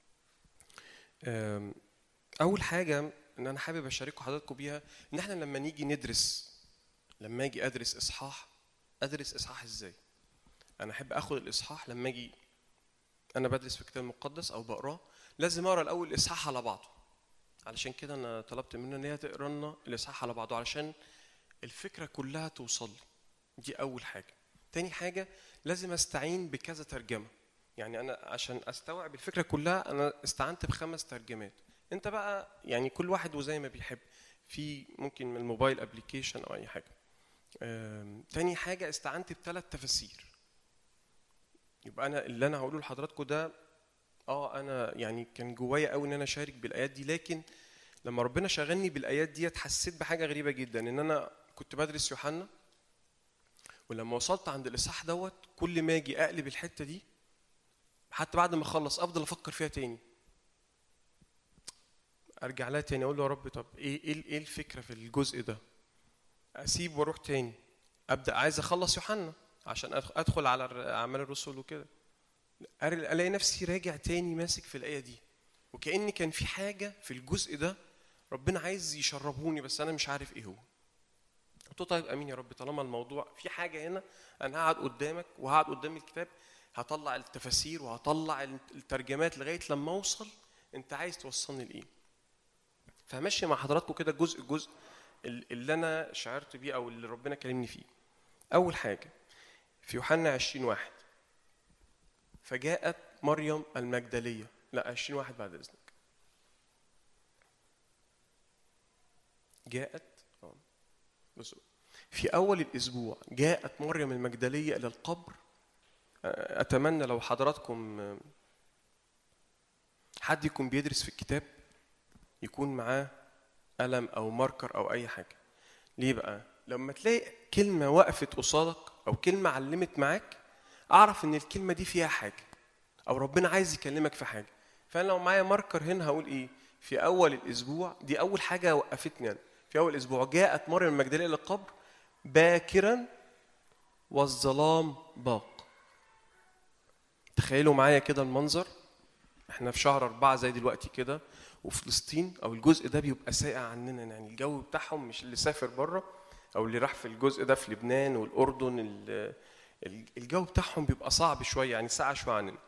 أول حاجة إن أنا حابب أشارككم حضراتكم بيها إن إحنا لما نيجي ندرس، لما أجي أدرس إصحاح، أدرس إصحاح إزاي؟ أنا أحب أخذ الإصحاح لما أجي أنا بدرس في الكتاب المقدس أو بقراه، لازم أقرأ الأول الإصحاح على بعضه. علشان كده أنا طلبت منها إن هي تقرأ لنا الإصحاح على بعضه علشان الفكرة كلها توصل. دي أول حاجة. تاني حاجة لازم أستعين بكذا ترجمة. يعني أنا عشان أستوعب الفكرة كلها أنا استعنت بخمس ترجمات. أنت بقى يعني كل واحد وزي ما بيحب، في ممكن من الموبايل أبليكيشن أو أي حاجة. تاني حاجة استعنت بثلاث تفاسير. يبقى أنا اللي أنا هقوله لحضراتكم ده اه انا يعني كان جوايا قوي ان انا اشارك بالايات دي، لكن لما ربنا شغلني بالايات دي حسيت بحاجه غريبه جدا، ان انا كنت بدرس يوحنا، ولما وصلت عند الاصحاح دوت كل ما اجي اقلب الحته دي حتى بعد ما اخلص افضل افكر فيها تاني، ارجع لها تاني اقول له يا رب طب ايه ايه ايه الفكره في الجزء ده، اسيب واروح تاني ابدا عايز اخلص يوحنا عشان ادخل على اعمال الرسل وكده، الاقي نفسي راجع تاني ماسك في الايه دي، وكأن كان في حاجه في الجزء ده ربنا عايز يشربوني بس انا مش عارف ايه هو. قلت له طيب امين يا رب، طالما الموضوع في حاجه هنا انا هقعد قدامك وهقعد قدام الكتاب، هطلع التفاسير وهطلع الترجمات لغايه لما اوصل انت عايز توصلني لايه. فماشي مع حضراتكم كده جزء جزء اللي انا شعرت بيه او اللي ربنا كلمني فيه. اول حاجه في يوحنا عشرين واحد، فجاءت مريم المجدليه، لا عشرين واحد بعد اذنك. جاءت بصوا في اول الاسبوع جاءت مريم المجدليه الى القبر. اتمنى لو حضراتكم حد يكون بيدرس في الكتاب يكون معاه قلم او ماركر او اي حاجه. ليه بقى؟ لما تلاقي كلمه وقفت قصادك او كلمه علمت معاك اعرف ان الكلمه دي فيها حاجه او ربنا عايز يكلمك في حاجه. فانا لو معايا ماركر هنا هقول ايه؟ في اول الاسبوع، دي اول حاجه وقفتني أنا. في اول الاسبوع جاءت مريم المجدليه الى القبر باكرا والظلام باق. تخيلوا معايا كده المنظر، احنا في شهر أربعة زي دلوقتي كده، وفلسطين او الجزء ده بيبقى ساقع عننا، يعني الجو بتاعهم مش اللي سافر بره او اللي راح في الجزء ده في لبنان والاردن، الجو بتاعهم بيبقى صعب شويه، يعني ساقع شويه عننا.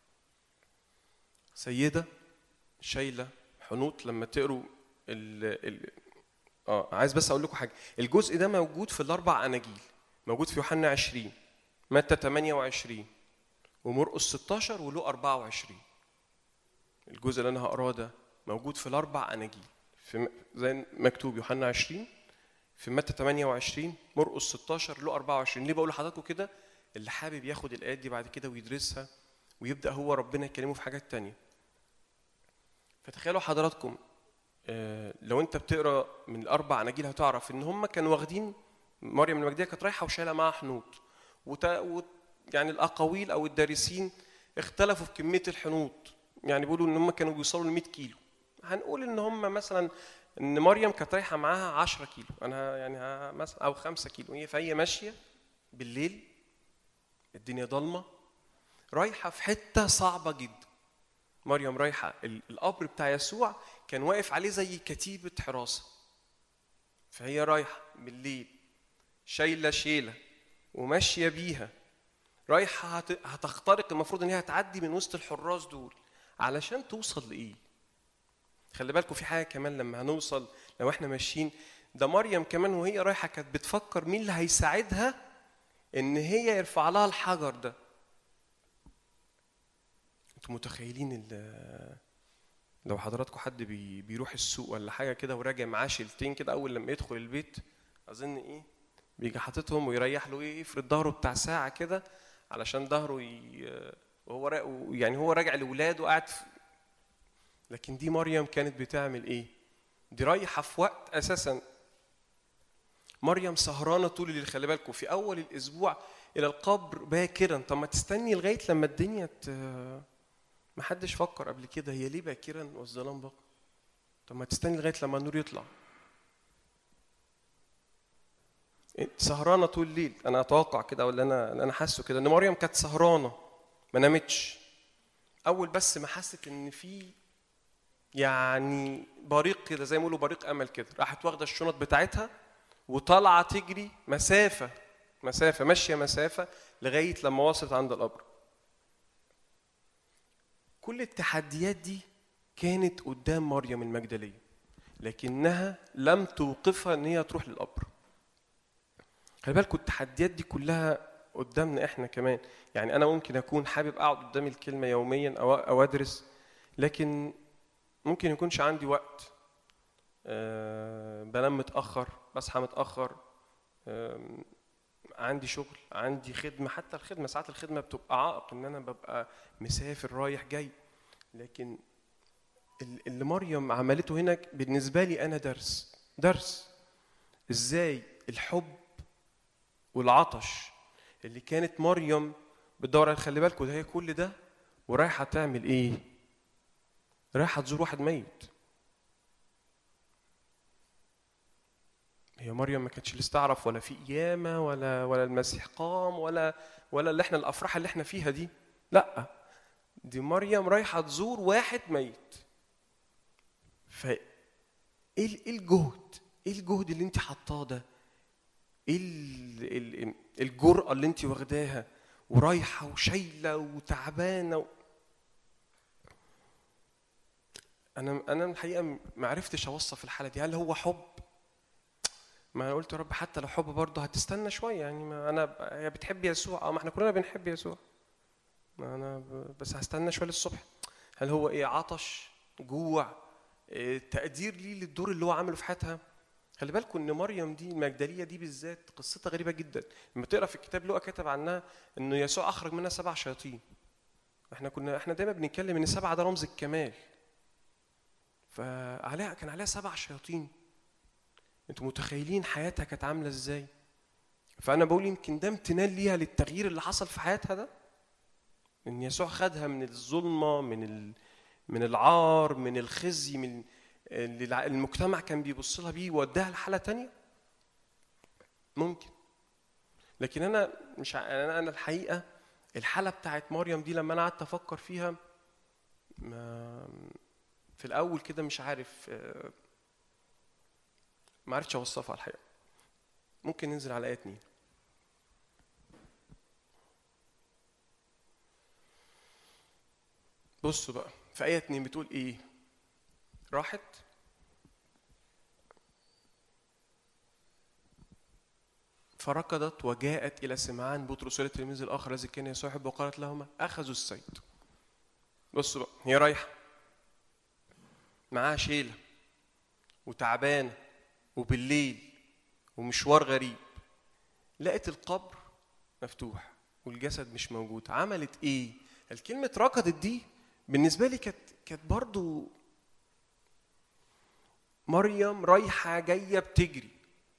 سيده شايله حنوط. لما تقروا ال ال اه عايز بس اقول لكم حاجه، الجزء ده موجود في الاربع اناجيل، موجود في يوحنا عشرين، متى ثمانية وعشرين، ومرقس ستاشر، ولوقا أربعة وعشرين. الجزء اللي انا هقراه ده موجود في الاربع اناجيل، في زي مكتوب يوحنا عشرين، في متى ثمانية وعشرين، مرقس ستاشر، لوقا أربعة وعشرين. ليه بقول لحضراتكم كده؟ اللي حابب ياخد الايات دي بعد كده ويدرسها ويبدا هو ربنا يكلمه في حاجات تانية. فتخيلوا حضراتكم لو انت بتقرا من الاربع اناجيل هتعرف ان هم كانوا واخدين مريم المجدليه كانت رايحه وشايله معاها حنوط، وت... و... يعني الاقاويل او الدارسين اختلفوا في كميه الحنوط، يعني بيقولوا ان هم كانوا بيوصلوا ل مية كيلو. هنقول ان هم مثلا ان مريم كانت رايحه معاها عشرة كيلو، انا يعني مثلا او خمسة كيلو، هي فهي ماشيه بالليل الدنيا ضلمه رايحه في حته صعبه جدا. مريم رايحه القبر بتاع يسوع كان واقف عليه زي كتيبه حراسه، فهي رايحه بالليل شايله شيله وماشيه بيها، رايحه هتخترق، المفروض ان هي هتعدي من وسط الحراس دول علشان توصل لايه. خلي بالكم في حاجه كمان لما هنوصل، لو احنا ماشيين، ده مريم كمان وهي رايحه كانت بتفكر مين اللي هيساعدها ان هي يرفع لها الحجر ده. انتوا متخيلين لو حضراتكم حد بي بيروح السوق ولا حاجه كده وراجع معاه شيلتين كده، اول لما يدخل البيت اظن ايه بيجي حاططهم ويريح له ايه يفرد ظهره بتاع ساعه كده علشان ظهره ي... وهو را... يعني هو راجع لاولاده قاعد في... لكن دي مريم كانت بتعمل ايه؟ دي رايحه في وقت اساسا مريم سهرانه طول الليل. خلي بالكم في اول الاسبوع الى القبر باكرا، طب ما تستني لغايه لما الدنيا ت... ما حدش فكر قبل كده هي ليه باكرا والظلام بقى؟ طب ما تستني لغايه لما النور يطلع. سهرانه طول الليل، انا اتوقع كده ولا انا انا حاسه كده ان مريم كانت سهرانه ما نامتش. اول بس ما حست ان في يعني بريق كده زي ما يقولوا بريق امل كده، راحت واخده الشنط بتاعتها وطالعه تجري مسافه مسافه ماشيه مسافه لغايه لما وصلت عند القبر. كل التحديات دي كانت قدام مريم المجدليه، لكنها لم توقفها ان هي تروح للقبر. خلي بالكم التحديات دي كلها قدامنا احنا كمان. يعني انا ممكن اكون حابب اقعد قدام الكلمه يوميا او او ادرس، لكن ممكن يكونش عندي وقت، أه بنام متاخر، بصحى متاخر، أه عندي شغل، عندي خدمه، حتى الخدمه ساعات الخدمه بتبقى عائق ان انا ببقى مسافر رايح جاي. لكن اللي مريم عملته هنا بالنسبة لي أنا درس درس إزاي الحب والعطش اللي كانت مريم بتدور على، خلي بالكم ده هي كل ده ورايحة تعمل إيه؟ رايحة تزور واحد ميت. هي مريم ما كانتش لسه تعرف ولا في قيامة ولا ولا المسيح قام ولا ولا اللي احنا الأفراح اللي احنا فيها دي، لأ، دي مريم رايحة تزور واحد ميت. فا ايه الجهد؟ ايه الجهد اللي انت حطاه ده؟ ايه الجرأة اللي انت واخداها ورايحة وشايلة وتعبانة و... انا انا الحقيقة ما عرفتش اوصف الحالة دي. هل هو حب؟ ما انا قلت يا رب حتى لو حب برضه هتستنى شوية يعني. ما انا هي بتحب يسوع، اه ما احنا كلنا بنحب يسوع، ما انا بس هستنى شوية للصبح. هل هو ايه؟ عطش، جوع، تقدير ليه للدور اللي هو عمله في حياتها. خلي بالكم ان مريم دي المجدليه دي بالذات قصتها غريبه جدا. لما تقرا في الكتاب لوقا كتب عنها انه يسوع اخرج منها سبع شياطين. احنا كنا احنا دايما بنتكلم ان السبعه ده رمز الكمال، فعليها كان عليها سبع شياطين. انتوا متخيلين حياتها كانت عامله ازاي؟ فانا بقول يمكن ده امتنان ليها للتغيير اللي حصل في حياتها ده، ان يسوع خدها من الظلمه، من ال... من العار، من الخزي، من اللي المجتمع كان بيبص لها بيه، ووداها لحاله تانية ممكن. لكن انا مش انا انا الحقيقه الحاله بتاعت مريم دي لما انا قعدت افكر فيها ما في الاول كده مش عارف، ما عرفتش اوصفها الحقيقه. ممكن ننزل على ايه اتنين. بصوا بقى في آية اتنين بتقول إيه؟ راحت فركضت وجاءت إلى سمعان بطرس والتلميذ الآخر الذي كان يسوع يحبه وقالت لهما أخذوا الصيد. بصوا بقى هي رايحة معاها شيلة وتعبانة وبالليل ومشوار غريب، لقت القبر مفتوح والجسد مش موجود. عملت إيه؟ الكلمة ركضت دي بالنسبة لي كانت كانت برضو مريم رايحة جاية بتجري.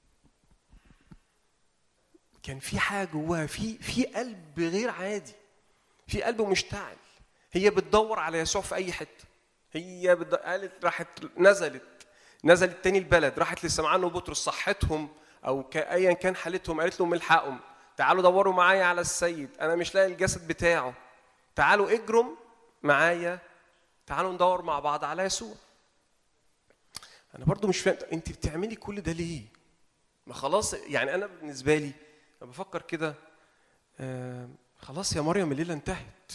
كان في حاجة جواها، في في قلب غير عادي، في قلب مشتعل. هي بتدور على يسوع في أي حتة. هي بد... قالت راحت نزلت نزلت تاني البلد، راحت لسمعان وبطرس صحتهم أو أيا كان حالتهم، قالت لهم الحقهم تعالوا دوروا معايا على السيد، أنا مش لاقي الجسد بتاعه، تعالوا اجرم معايا، تعالوا ندور مع بعض على يسوع. انا برضو مش فاهم انت بتعملي كل ده ليه؟ ما خلاص يعني. انا بالنسبه لي انا بفكر كده آه خلاص يا مريم الليله انتهت،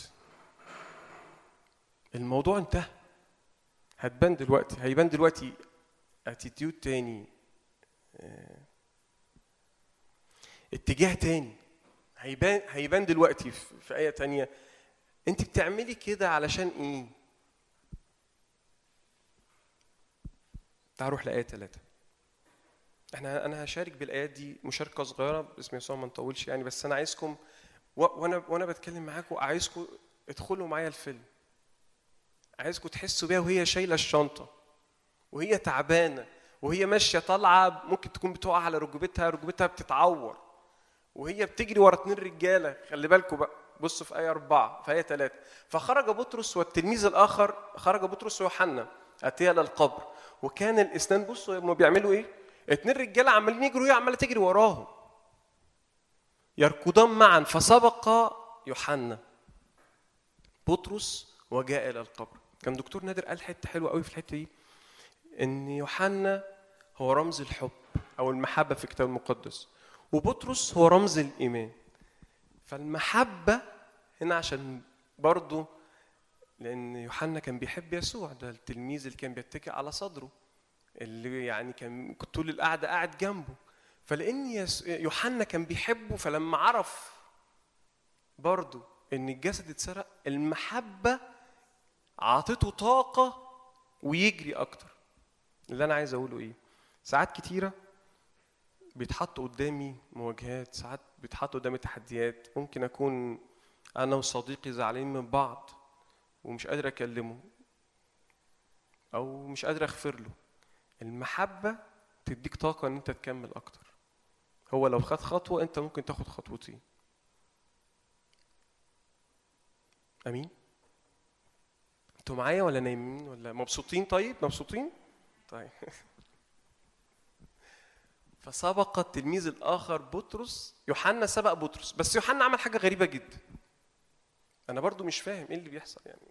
الموضوع انتهى. هتبان دلوقتي، هيبان دلوقتي اتيتيود تاني، آه اتجاه تاني، هيبان هيبان دلوقتي في, في آية تانية. انت بتعملي كده علشان ايه؟ تعالوا نروح لآية ثلاثة. احنا انا هشارك بالايات دي مشاركه صغيره باسم يسوع، ما نطولش يعني، بس انا عايزكم وانا وانا بتكلم معاكم عايزكم ادخلوا معايا الفيلم، عايزكم تحسوا بيها وهي شايله الشنطه وهي تعبانه وهي ماشيه طالعه، ممكن تكون بتقع على ركبتها، ركبتها بتتعور، وهي بتجري ورا اتنين رجاله. خلي بالكم بقى، بصوا في آية أربعة في آية ثلاثة. فخرج بطرس والتلميذ الآخر، خرج بطرس ويوحنا أتيا للقبر وكان الاثنان، بصوا هم بيعملوا إيه؟ اتنين رجاله عمالين يجروا وهي عماله تجري وراهم، يركضان معا. فسبق يوحنا بطرس وجاء إلى القبر. كان دكتور نادر قال حته حلوه قوي في الحته دي، ان يوحنا هو رمز الحب او المحبه في الكتاب المقدس، وبطرس هو رمز الايمان. فالمحبه هنا عشان برضو لان يوحنا كان بيحب يسوع، ده التلميذ اللي كان بيتكئ على صدره، اللي يعني كان طول القعده قاعد جنبه. فلان يوحنا كان بيحبه، فلما عرف برضو ان الجسد اتسرق، المحبه عطته طاقه ويجري اكتر. اللي انا عايز اقوله ايه؟ ساعات كتيره بيتحط قدامي مواجهات، ساعات بيتحط قدامي تحديات، ممكن اكون انا وصديقي زعلانين من بعض ومش قادر اكلمه او مش قادر اغفر له. المحبه تديك طاقه ان انت تكمل اكتر. هو لو خد خطوه انت ممكن تاخد خطوتين. امين؟ انتوا معايا ولا نايمين ولا مبسوطين؟ طيب مبسوطين؟ طيب. فسبق التلميذ الاخر بطرس. يوحنا سبق بطرس، بس يوحنا عمل حاجه غريبه جدا. انا برضو مش فاهم ايه اللي بيحصل يعني.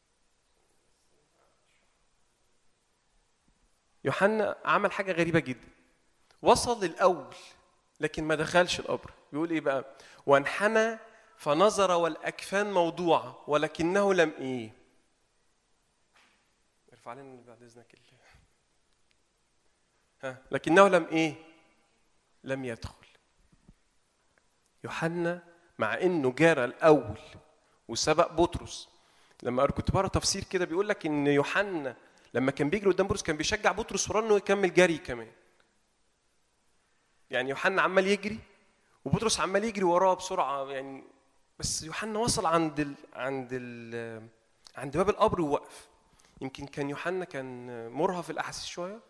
يوحنا عمل حاجه غريبه جدا. وصل للاول لكن ما دخلش القبر. بيقول ايه بقى؟ وانحنى فنظر والاكفان موضوعه ولكنه لم ايه. ارفع لنا بعد اذنك الله. ها لكنه لم ايه؟ لم يدخل. يوحنا مع انه جرى الاول وسبق بطرس. لما كنت بقرا تفسير كده بيقول لك ان يوحنا لما كان بيجري قدام بطرس كان بيشجع بطرس وراه انه يكمل جري كمان. يعني يوحنا عمال يجري وبطرس عمال يجري وراه بسرعه يعني. بس يوحنا وصل عند ال عند ال عند باب القبر ووقف. يمكن كان يوحنا كان مرهف الاحاسيس شويه،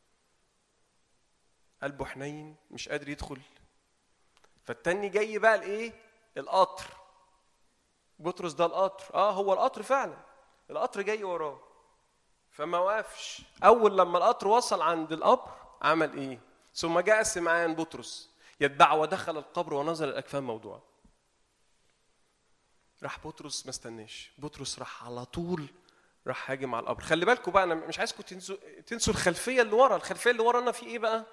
قلبه حنين مش قادر يدخل. فالتاني جاي بقى الايه؟ القطر. بطرس ده القطر. اه هو القطر فعلا. القطر جاي وراه فما وقفش. اول لما القطر وصل عند القبر عمل ايه؟ ثم جاء سمعان بطرس يتبعه ودخل القبر ونظر الاكفان موضوعه. راح بطرس ما استناش. بطرس راح على طول راح هاجم على القبر. خلي بالكم بقى انا مش عايزكم تنسوا تنسوا الخلفيه اللي ورا. الخلفيه اللي ورانا في ايه بقى؟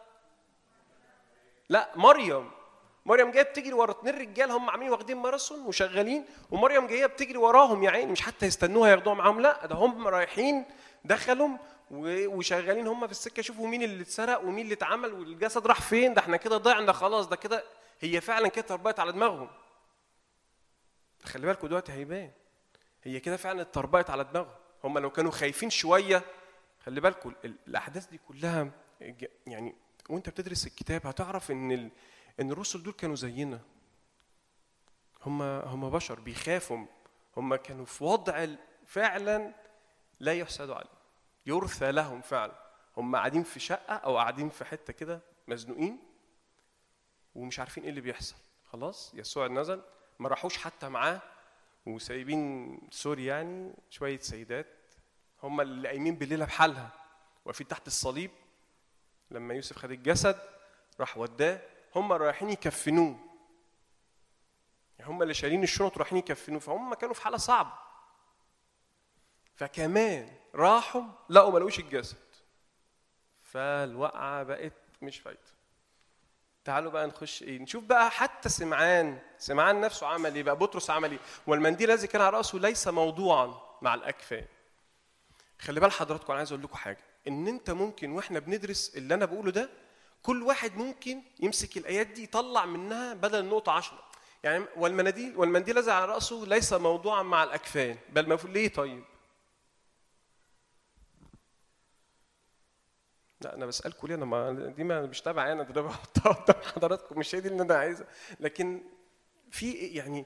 لا مريم. مريم جايه بتجري ورا اتنين رجال هم عاملين واخدين ماراثون وشغالين، ومريم جايه بتجري وراهم يا عيني. مش حتى يستنوها ياخدوها معاهم، لا ده هم رايحين دخلهم وشغالين هم في السكه يشوفوا مين اللي اتسرق ومين اللي اتعمل والجسد راح فين. ده احنا كده ضيعنا خلاص. ده كده هي فعلا كده اتربقت على دماغهم. خلي بالكم دلوقتي هيبان هي كده فعلا اتربقت على دماغهم. هم لو كانوا خايفين شويه. خلي بالكم الاحداث دي كلها يعني وانت بتدرس الكتاب هتعرف ان ال... ان الرسل دول كانوا زينا. هم هم بشر بيخافوا. هم كانوا في وضع فعلا لا يحسدوا عليه، يرثى لهم فعلا. هم قاعدين في شقه او قاعدين في حته كده مزنوقين ومش عارفين ايه اللي بيحصل. خلاص يسوع نزل، ما راحوش حتى معاه وسايبين سوري يعني شويه سيدات هم اللي قايمين بالليله بحالها واقفين تحت الصليب. لما يوسف خد الجسد راح وداه، هم رايحين يكفنوه. يعني هم اللي شايلين الشنط رايحين يكفنوه. فهم كانوا في حاله صعبه. فكمان راحوا لقوا ما لقوش الجسد. فالوقعه بقت مش فايده. تعالوا بقى نخش ايه نشوف بقى. حتى سمعان سمعان نفسه عمل ايه بقى؟ بطرس عمل ايه؟ والمنديل الذي كان على راسه ليس موضوعا مع الاكفان. خلي بال حضراتكم انا عايز اقول لكم حاجه. ان انت ممكن واحنا بندرس اللي انا بقوله ده كل واحد ممكن يمسك الايات دي يطلع منها بدل النقطه عشرة. يعني والمنديل والمنديل الذي على راسه ليس موضوعا مع الاكفان بل مفعول. ليه طيب؟ لا انا بسالكم ليه؟ انا ما دي ما مش تبعي انا، ده بحطها قدام حضراتكم. مش هي دي اللي انا عايزها. لكن في يعني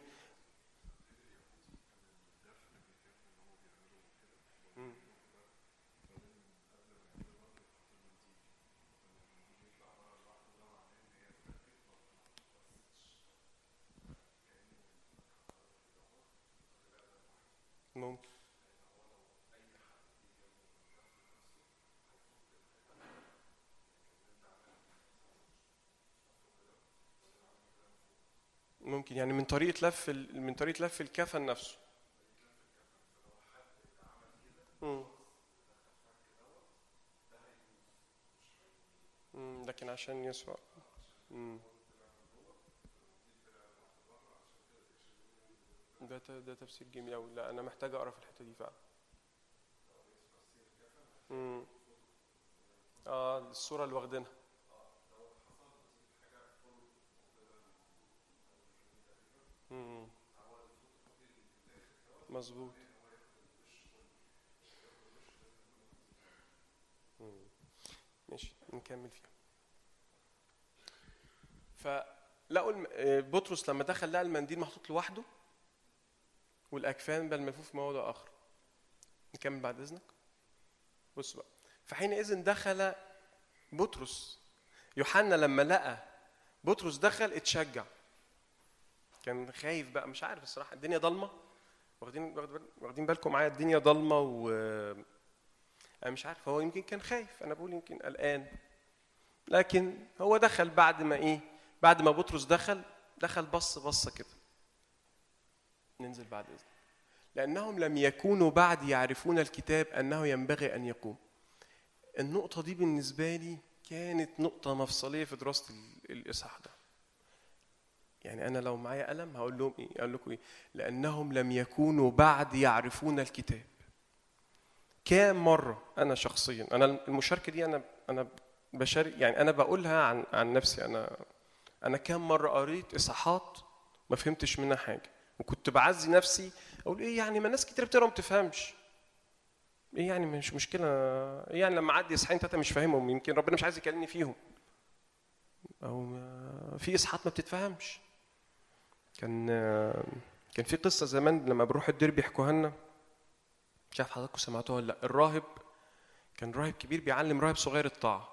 ممكن ممكن يعني من طريقه لف من طريقه لف الكفن نفسه. امم امم لكن عشان يسوع. امم ده ده تفسير جميل قوي. لا انا محتاج اقرا في الحته دي فعلا. امم اه الصوره اللي واخدينها. امم مظبوط. ماشي نكمل فيها. فلقوا بطرس لما دخل لقى المنديل محطوط لوحده والاكفان بل ملفوف في موضع اخر. نكمل بعد اذنك. بص بقى، فحينئذ دخل بطرس. يوحنا لما لقى بطرس دخل اتشجع، كان خايف بقى، مش عارف الصراحه، الدنيا ضلمه، واخدين واخدين بالكم معايا، الدنيا ضلمه و انا مش عارف، هو يمكن كان خايف، انا بقول يمكن قلقان، لكن هو دخل بعد ما ايه، بعد ما بطرس دخل دخل بص بصه كده. ننزل بعد اذن. لانهم لم يكونوا بعد يعرفون الكتاب انه ينبغي ان يقوم. النقطه دي بالنسبه لي كانت نقطه مفصليه في دراسه الاصحاح ده. يعني انا لو معايا قلم هقول لهم ايه، اقول لكم ايه؟ لانهم لم يكونوا بعد يعرفون الكتاب. كام مره انا شخصيا، انا المشاركه دي انا انا بشارك، يعني انا بقولها عن عن نفسي، انا انا كام مره قريت اصحاحات ما فهمتش منها حاجه، وكنت بعزي نفسي اقول ايه يعني، ما ناس كتير بتقرا ما بتفهمش، ايه يعني مش مشكله، ايه يعني لما اعدي اصحاحين ثلاثه مش فاهمهم، يمكن ربنا مش عايز يكلمني فيهم، او في اصحاحات ما بتتفهمش. كان كان في قصه زمان لما بروح الدير بيحكوها لنا، مش عارف حضراتكم سمعتوها ولا لا. الراهب كان راهب كبير بيعلم راهب صغير الطاعه،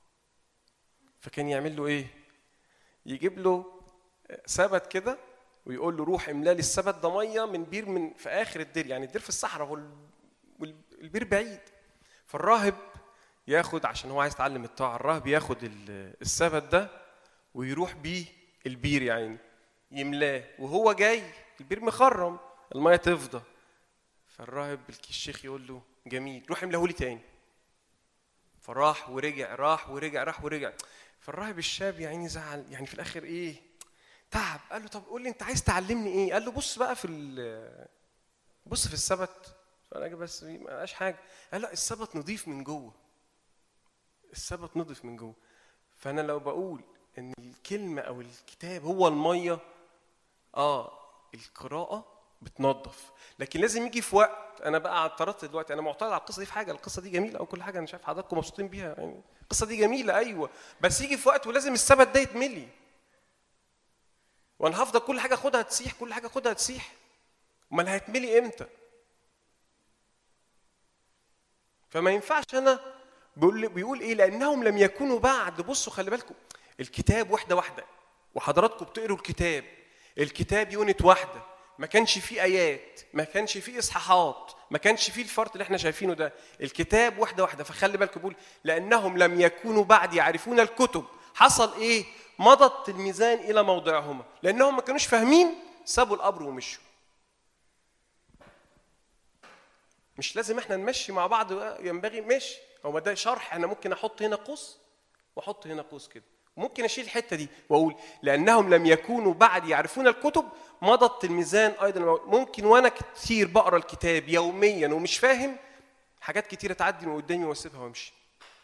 فكان يعمل له ايه، يجيب له سبت كده ويقول له روح املى لي السبت ده ميه من بير من في اخر الدير، يعني الدير في الصحراء والبير بعيد. فالراهب ياخد، عشان هو عايز يتعلم الطاعه، الراهب ياخد السبت ده ويروح بيه البير، يعني يملاه، وهو جاي البير مخرم الميه تفضى. فالراهب الشيخ يقول له جميل، روح املاه لي تاني. فراح ورجع، راح ورجع، راح ورجع. فالراهب الشاب يا عيني زعل، يعني في الاخر ايه، تعب. قال له طب قول لي انت عايز تعلمني ايه؟ قال له بص بقى في بص في السبت. فانا بس ما لقاش حاجه. قال لا السبت نضيف من جوه، السبت نضيف من جوه. فانا لو بقول ان الكلمه او الكتاب هو الميه، اه القراءه بتنظف، لكن لازم يجي في وقت. انا بقى اعترضت دلوقتي، انا معترض على القصه دي في حاجه، القصه دي جميله او كل حاجه، انا شايف حضراتكم مبسوطين بيها، يعني القصه دي جميله ايوه، بس يجي في وقت ولازم السبت ده يتملي. وانا هفضل كل حاجه اخدها تسيح، كل حاجه اخدها تسيح، امال هيتملي امتى؟ فما ينفعش. انا بيقول بيقول ايه، لانهم لم يكونوا بعد. بصوا خلي بالكم، الكتاب واحده واحده، وحضراتكم بتقروا الكتاب، الكتاب يونت واحده، ما كانش فيه ايات، ما كانش فيه اصحاحات، ما كانش فيه الفرط اللي احنا شايفينه ده، الكتاب واحده واحده. فخلي بالكم بيقول لانهم لم يكونوا بعد يعرفون الكتب. حصل ايه؟ مضى التلميذان الى موضعهما، لانهم ما كانوش فاهمين سابوا القبر ومشوا. مش لازم احنا نمشي مع بعض، ينبغي ماشي، هو ده شرح، انا ممكن احط هنا قوس واحط هنا قوس كده، وممكن اشيل الحته دي واقول لانهم لم يكونوا بعد يعرفون الكتب مضى التلميذان ايضا. ممكن وانا كتير بقرا الكتاب يوميا ومش فاهم حاجات كتيره تعدي من قدامي واسيبها وامشي.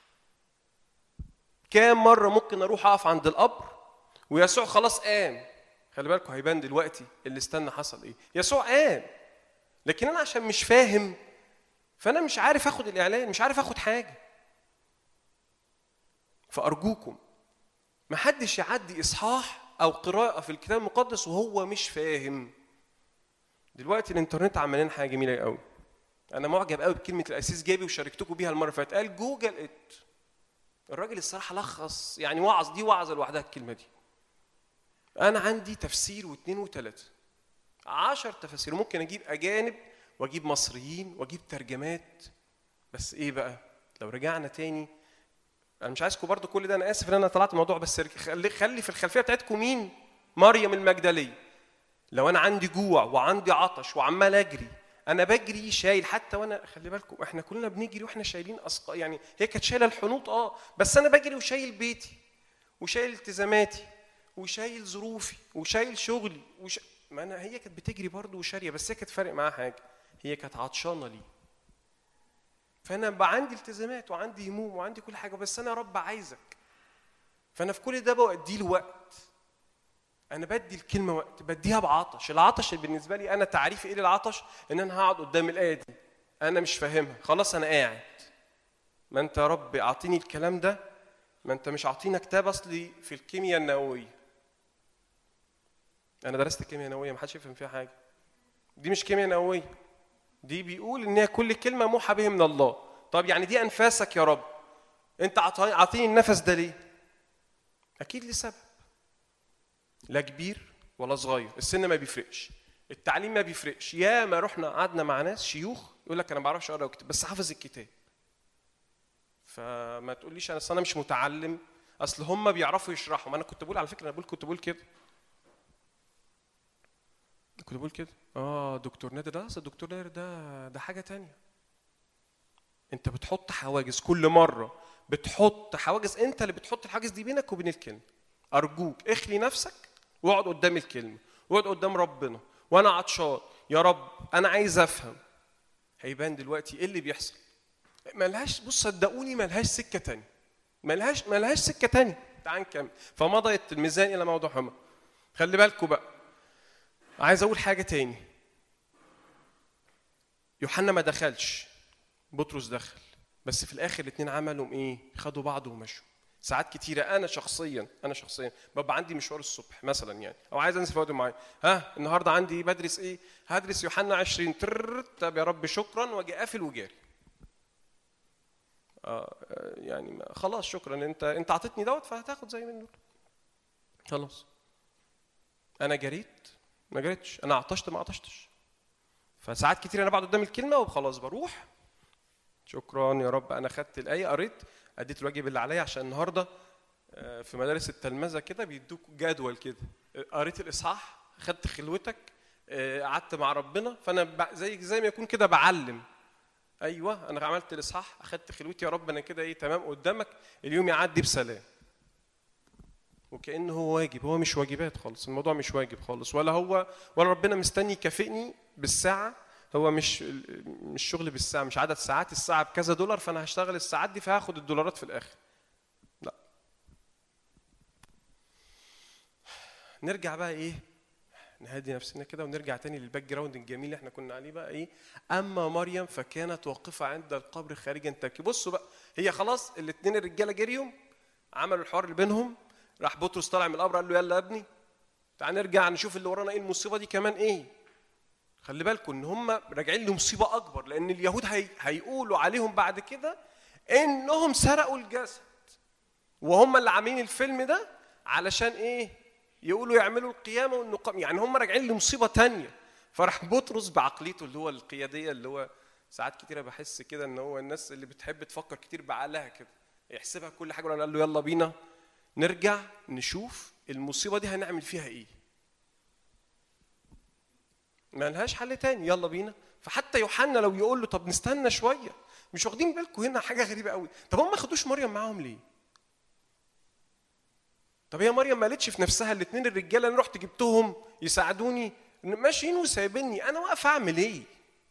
كام مره ممكن اروح اقف عند القبر ويسوع خلاص قام، خلي بالكم هيبان دلوقتي اللي استنى حصل ايه، يسوع قام، لكن انا عشان مش فاهم فانا مش عارف اخد الاعلان، مش عارف اخد حاجه. فارجوكم ما حدش يعدي اصحاح او قراءه في الكتاب المقدس وهو مش فاهم. دلوقتي الانترنت عمل لنا حاجه جميله قوي، انا معجب قوي بكلمه الاسيس جابي وشاركتكم بيها المره اللي فاتت، قال جوجل ات. الراجل الصراحه لخص، يعني وعظ، دي وعظه لوحدها الكلمه دي. انا عندي تفسير واثنين وثلاثه، عشر تفاسير، ممكن اجيب اجانب واجيب مصريين واجيب ترجمات. بس ايه بقى لو رجعنا تاني، انا مش عايزكم برضو كل ده، انا اسف ان انا طلعت الموضوع، بس خلي خلي في الخلفيه بتاعتكم مين؟ مريم المجدليه. لو انا عندي جوع وعندي عطش وعمال اجري، انا بجري شايل، حتى وانا خلي بالكم احنا كلنا بنجري واحنا شايلين أسق... يعني هي كانت شايله الحنوط اه، بس انا بجري وشايل بيتي وشايل التزاماتي وشايل ظروفي وشايل شغلي وش... ما انا هي كانت بتجري برضو وشاريه، بس هي كانت فارق معاها حاجه، هي كانت عطشانه لي. فانا بقى عندي التزامات وعندي هموم وعندي كل حاجه، بس انا يا رب عايزك. فانا في كل ده بودي له وقت، انا بدي الكلمه وقت، بديها بعطش. العطش بالنسبه لي انا تعريفي ايه للعطش، ان انا هقعد قدام الايه دي انا مش فاهمها، خلاص انا قاعد. ما انت يا رب اعطيني الكلام ده، ما انت مش عاطينا كتاب اصلي في الكيمياء النوويه. انا درست كيمياء نوويه، ما حدش يفهم فيها حاجه، دي مش كيمياء نوويه. دي بيقول ان هي كل كلمه موحى به من الله. طب يعني دي انفاسك يا رب، انت عطيني النفس ده ليه؟ اكيد لسبب، لا كبير ولا صغير، السن ما بيفرقش، التعليم ما بيفرقش. يا ما رحنا قعدنا مع ناس شيوخ يقول لك انا ما بعرفش اقرا واكتب بس حافظ الكتاب. فما تقوليش انا انا مش متعلم، اصل هم بيعرفوا يشرحوا. ما انا كنت بقول على فكره، انا بقول كنت بقول كده كنت بقول كده اه دكتور نادر ده، اصل الدكتور نادر ده ده حاجه تانية. انت بتحط حواجز كل مره، بتحط حواجز، انت اللي بتحط الحاجز دي بينك وبين الكلمه. ارجوك اخلي نفسك واقعد قدام الكلمه، واقعد قدام ربنا وانا عطشان يا رب انا عايز افهم. هيبان دلوقتي ايه اللي بيحصل. ملهاش، بص صدقوني ملهاش سكه تانية، ملهاش ملهاش سكه تانية. تعال نكمل. فمضى التلميذان الى موضعهما. خلي بالكم بقى، عايز اقول حاجه تاني. يوحنا ما دخلش، بطرس دخل، بس في الاخر الاثنين عملوا ايه؟ خدوا بعض ومشوا. ساعات كتيره انا شخصيا انا شخصيا ببقى عندي مشوار الصبح مثلا يعني، او عايز انزل في وقت معين، ها النهارده عندي بدرس ايه؟ هدرس يوحنا عشرين. طب يا رب شكرا، واجي قافل وجاري. اه يعني خلاص شكرا، انت انت عطيتني دوت فهتاخد زي منه. خلاص انا جريت ما جريتش، انا عطشت ما عطشتش. فساعات كتير انا بقعد قدام الكلمه وخلاص بروح شكرا يا رب انا خدت الايه، قريت، اديت الواجب اللي عليا. عشان النهارده في مدارس التلمذه كده بيدوك جدول كده، قريت الاصحاح، خدت خلوتك، قعدت مع ربنا، فانا زي زي ما يكون كده بعلم. ايوه انا عملت الاصحاح، اخدت خلوتي يا رب، انا كده ايه تمام قدامك، اليوم يعدي بسلام. وكأنه هو واجب، هو مش واجبات خالص، الموضوع مش واجب خالص، ولا هو ولا ربنا مستني يكافئني بالساعه. هو مش مش شغل بالساعه، مش عدد ساعات الساعه بكذا دولار فانا هشتغل الساعات دي فهاخد الدولارات في الاخر. لا. نرجع بقى ايه، نهدي نفسنا كده ونرجع تاني للباك جراوند الجميل اللي احنا كنا عليه بقى ايه. اما مريم فكانت واقفه عند القبر خارجا تبكي. بصوا بقى، هي خلاص الاثنين الرجاله جريهم عملوا الحوار اللي بينهم، راح بطرس طالع من القبر قال له يلا يا ابني تعال نرجع نشوف اللي ورانا ايه، المصيبه دي كمان ايه. خلي بالكم ان هم راجعين لمصيبه اكبر، لان اليهود هي... هيقولوا عليهم بعد كده انهم سرقوا الجسد، وهم اللي عاملين الفيلم ده علشان ايه؟ يقولوا يعملوا القيامه والنقام، يعني هم راجعين لمصيبه تانية. فراح بطرس بعقليته اللي هو القياديه، اللي هو ساعات كتيره بحس كده ان هو الناس اللي بتحب تفكر كتير بعقلها كده، يحسبها كل حاجه، ولا قال له يلا بينا نرجع نشوف المصيبه دي هنعمل فيها ايه، ما لهاش حل تاني، يلا بينا. فحتى يوحنا لو يقول له طب نستنى شويه، مش واخدين بالكم هنا حاجه غريبه قوي. طب هم ما خدوش مريم معاهم ليه؟ طب هي مريم ما قالتش في نفسها الاثنين الرجاله انا رحت جبتهم يساعدوني ماشيين وسايبيني، انا واقف اعمل ايه؟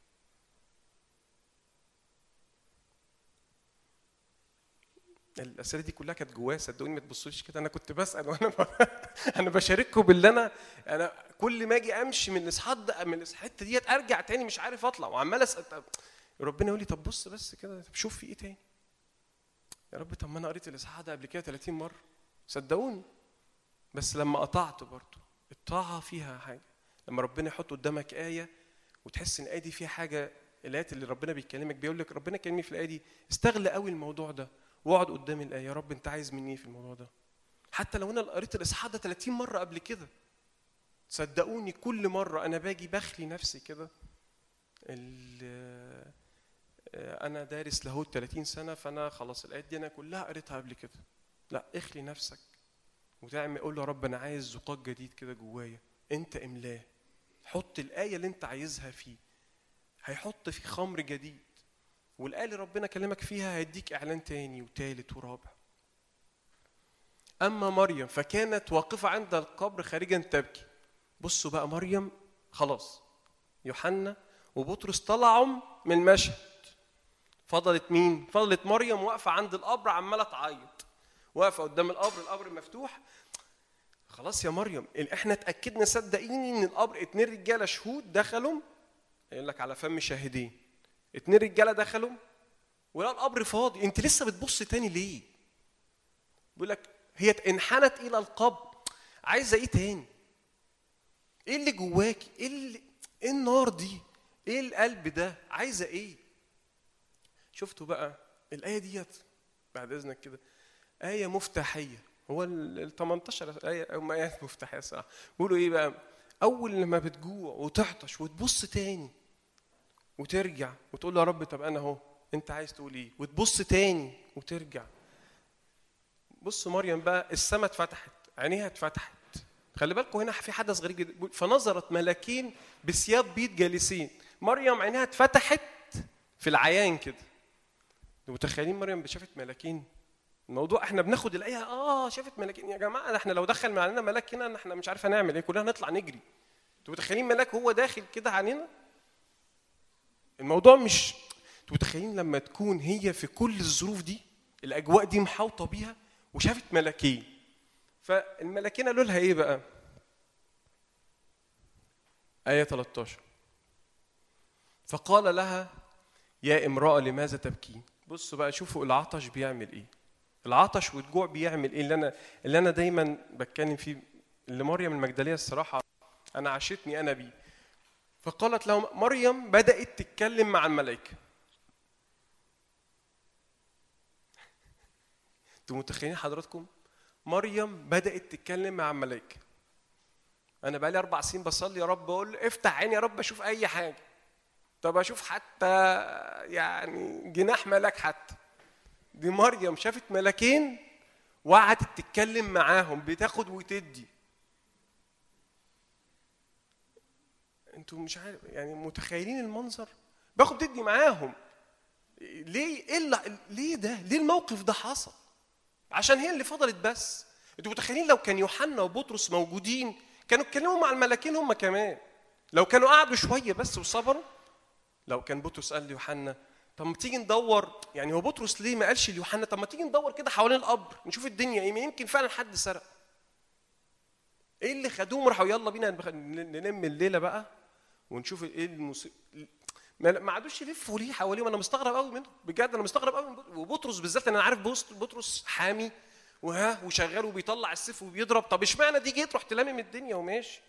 الاسئله دي كلها كانت جوايا، صدقوني ما تبصوش كده، انا كنت بسال وانا انا بشارككم باللي انا انا كل ما اجي امشي من الاصحاب من الحته ديت ارجع تاني مش عارف اطلع، وعمال اسال ربنا يقول لي طب بص بس كده، طب شوف في ايه تاني يا رب. طب ما انا قريت الاصحاح ده قبل كده ثلاثين مره صدقوني، بس لما قطعت برضه الطاعه فيها حاجه. لما ربنا يحط قدامك ايه وتحس ان الايه دي فيها حاجه، الايات اللي ربنا بيكلمك بيقول لك ربنا كلمني في الايه دي، استغل قوي الموضوع ده واقعد قدام الايه، يا رب انت عايز مني ايه في الموضوع ده. حتى لو انا قريت الاصحاح ده ثلاثين مره قبل كده، صدقوني كل مره انا باجي بخلي نفسي كده، انا دارس لاهوت ثلاثين سنه فانا خلاص الايات دي انا كلها قريتها قبل كده. لا، اخلي نفسك وتعمل، قول له يا رب انا عايز زقاق جديد كده جوايا، انت املاه، حط الايه اللي انت عايزها فيه، هيحط فيه خمر جديد. والآية اللي ربنا كلمك فيها هيديك إعلان تاني وتالت ورابع. أما مريم فكانت واقفة عند القبر خارجا تبكي. بصوا بقى، مريم خلاص يوحنا وبطرس طلعوا من المشهد، فضلت مين؟ فضلت مريم واقفة عند القبر عمالة تعيط، واقفة قدام القبر، القبر مفتوح. خلاص يا مريم احنا اتأكدنا صدقيني ان القبر اتنين رجالة شهود دخلوا، يقول لك على فم شاهدين، اتنين رجاله دخلوا ولا القبر فاضي، انت لسه بتبص تاني ليه؟ بيقول لك هي انحنت الى القبر، عايزه ايه تاني؟ ايه اللي جواكي؟ ايه اللي ايه النار دي؟ ايه القلب ده؟ عايزه ايه؟ شفتوا بقى الايه ديت بعد اذنك كده ايه مفتاحيه. هو ال تمنتاشر ايه هم ايات مفتاحيه صح. بيقولوا ايه بقى؟ اول لما بتجوع وتعطش وتبص تاني وترجع وتقول له يا رب طب انا اهو انت عايز تقول ايه، وتبص تاني وترجع. بص مريم بقى السماء اتفتحت، عينيها اتفتحت. خلي بالكم هنا في حدث غريب جدا. فنظرت ملاكين بثياب بيض جالسين. مريم عينيها اتفتحت في العيان كده. متخيلين مريم شافت ملاكين؟ الموضوع احنا بناخد الايه اه شافت ملاكين. يا جماعه احنا لو دخل معانا ملاك هنا احنا مش عارفه نعمل ايه، كلنا نطلع نجري. انتوا متخيلين ملاك هو داخل كده علينا؟ الموضوع مش انتوا متخيلين لما تكون هي في كل الظروف دي الاجواء دي محاوطه بيها وشافت ملاكين. فالملاكين قالوا لها ايه بقى؟ ايه ثلاثة عشر فقال لها يا امراه لماذا تبكين. بصوا بقى شوفوا العطش بيعمل ايه. العطش والجوع بيعمل ايه اللي انا اللي انا دايما بتكلم فيه، اللي مريم المجدليه الصراحه انا عاشتني انا بيه. فقالت لهم مريم بدات تتكلم مع الملائكه. انتوا متخيلين حضراتكم؟ مريم بدات تتكلم مع الملائكه. انا بقالي اربع سنين بصلي يا رب اقول افتح عيني يا رب اشوف اي حاجه، طب اشوف حتى يعني جناح ملاك حتى. دي مريم شافت ملاكين وقعدت تتكلم معاهم بتاخد وتدي. انتوا مش عارف يعني متخيلين المنظر؟ باخد تدي معاهم. ليه ايه اللي ليه ده؟ ليه الموقف ده حصل؟ عشان هي اللي فضلت بس. انتوا متخيلين لو كان يوحنا وبطرس موجودين كانوا اتكلموا مع الملاكين هم كمان. لو كانوا قعدوا شويه بس وصبروا. لو كان بطرس قال ليوحنا طب ما تيجي ندور، يعني هو بطرس ليه ما قالش ليوحنا طب ما تيجي ندور كده حوالين القبر نشوف الدنيا ايه، يمكن فعلا حد سرق. ايه اللي خدوهم راحوا يلا بينا نلم الليله بقى ونشوف ايه المصيبه. ما عادوش يلفوا ليه حواليهم. انا مستغرب قوي منهم بجد، انا مستغرب قوي من وبطرس بالذات. انا عارف بطرس حامي وها وشغال وبيطلع السيف وبيضرب، طب اشمعنى دي جيت رحت لامم الدنيا وماشي؟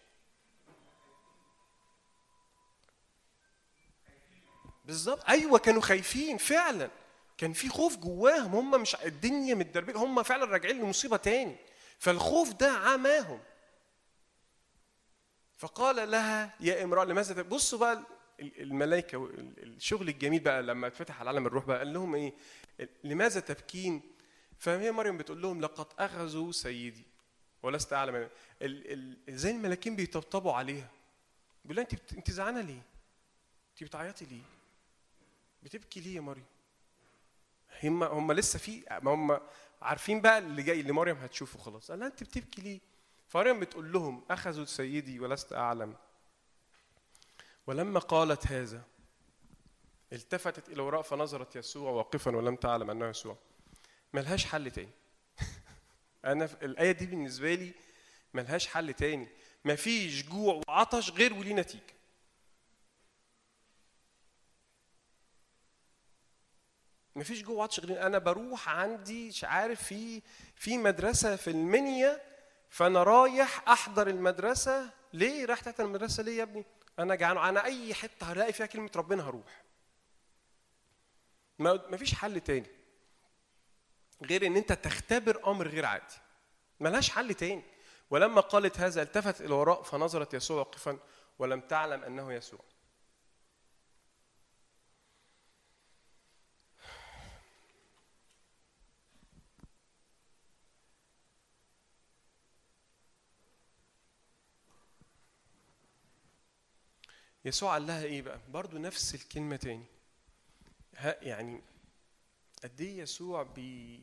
بالظبط ايوه كانوا خايفين فعلا، كان في خوف جواهم. هم مش الدنيا متدربكه، هم فعلا راجعين لمصيبه تاني، فالخوف ده عماهم. فقال لها يا امراه لماذا. بصوا بقى الملائكه الشغل الجميل بقى لما اتفتح على عالم الروح بقى قال لهم ايه لماذا تبكين. فهي مريم بتقول لهم لقد اخذوا سيدي ولست اعلم. زي الملاكين بيطبطبوا عليها بيقول لها انت انت زعلانه ليه؟ انت بتعيطي ليه؟ بتبكي ليه يا مريم؟ هم هم لسه في ما هم عارفين بقى اللي جاي اللي مريم هتشوفه خلاص. قال لها انت بتبكي ليه؟ فمريم بتقول لهم اخذوا سيدي ولست اعلم. ولما قالت هذا التفتت الى وراء فنظرت يسوع واقفا ولم تعلم انه يسوع. ملهاش حل تاني. انا في الايه دي بالنسبه لي ملهاش حل تاني. مفيش جوع وعطش غير وليه نتيجه. مفيش جوه وعطش غير انا بروح عندي مش عارف في في مدرسه في المنيا، فانا رايح احضر المدرسه. ليه رايح تحت المدرسه ليه يا ابني؟ انا جعان. انا اي حته هلاقي فيها كلمه ربنا هروح. مفيش حل تاني غير ان انت تختبر امر غير عادي. ملهاش حل تاني. ولما قالت هذا التفت الى وراء فنظرت يسوع واقفا ولم تعلم انه يسوع. يسوع قال لها ايه بقى؟ برضو نفس الكلمه تاني. يعني قد ايه يسوع بي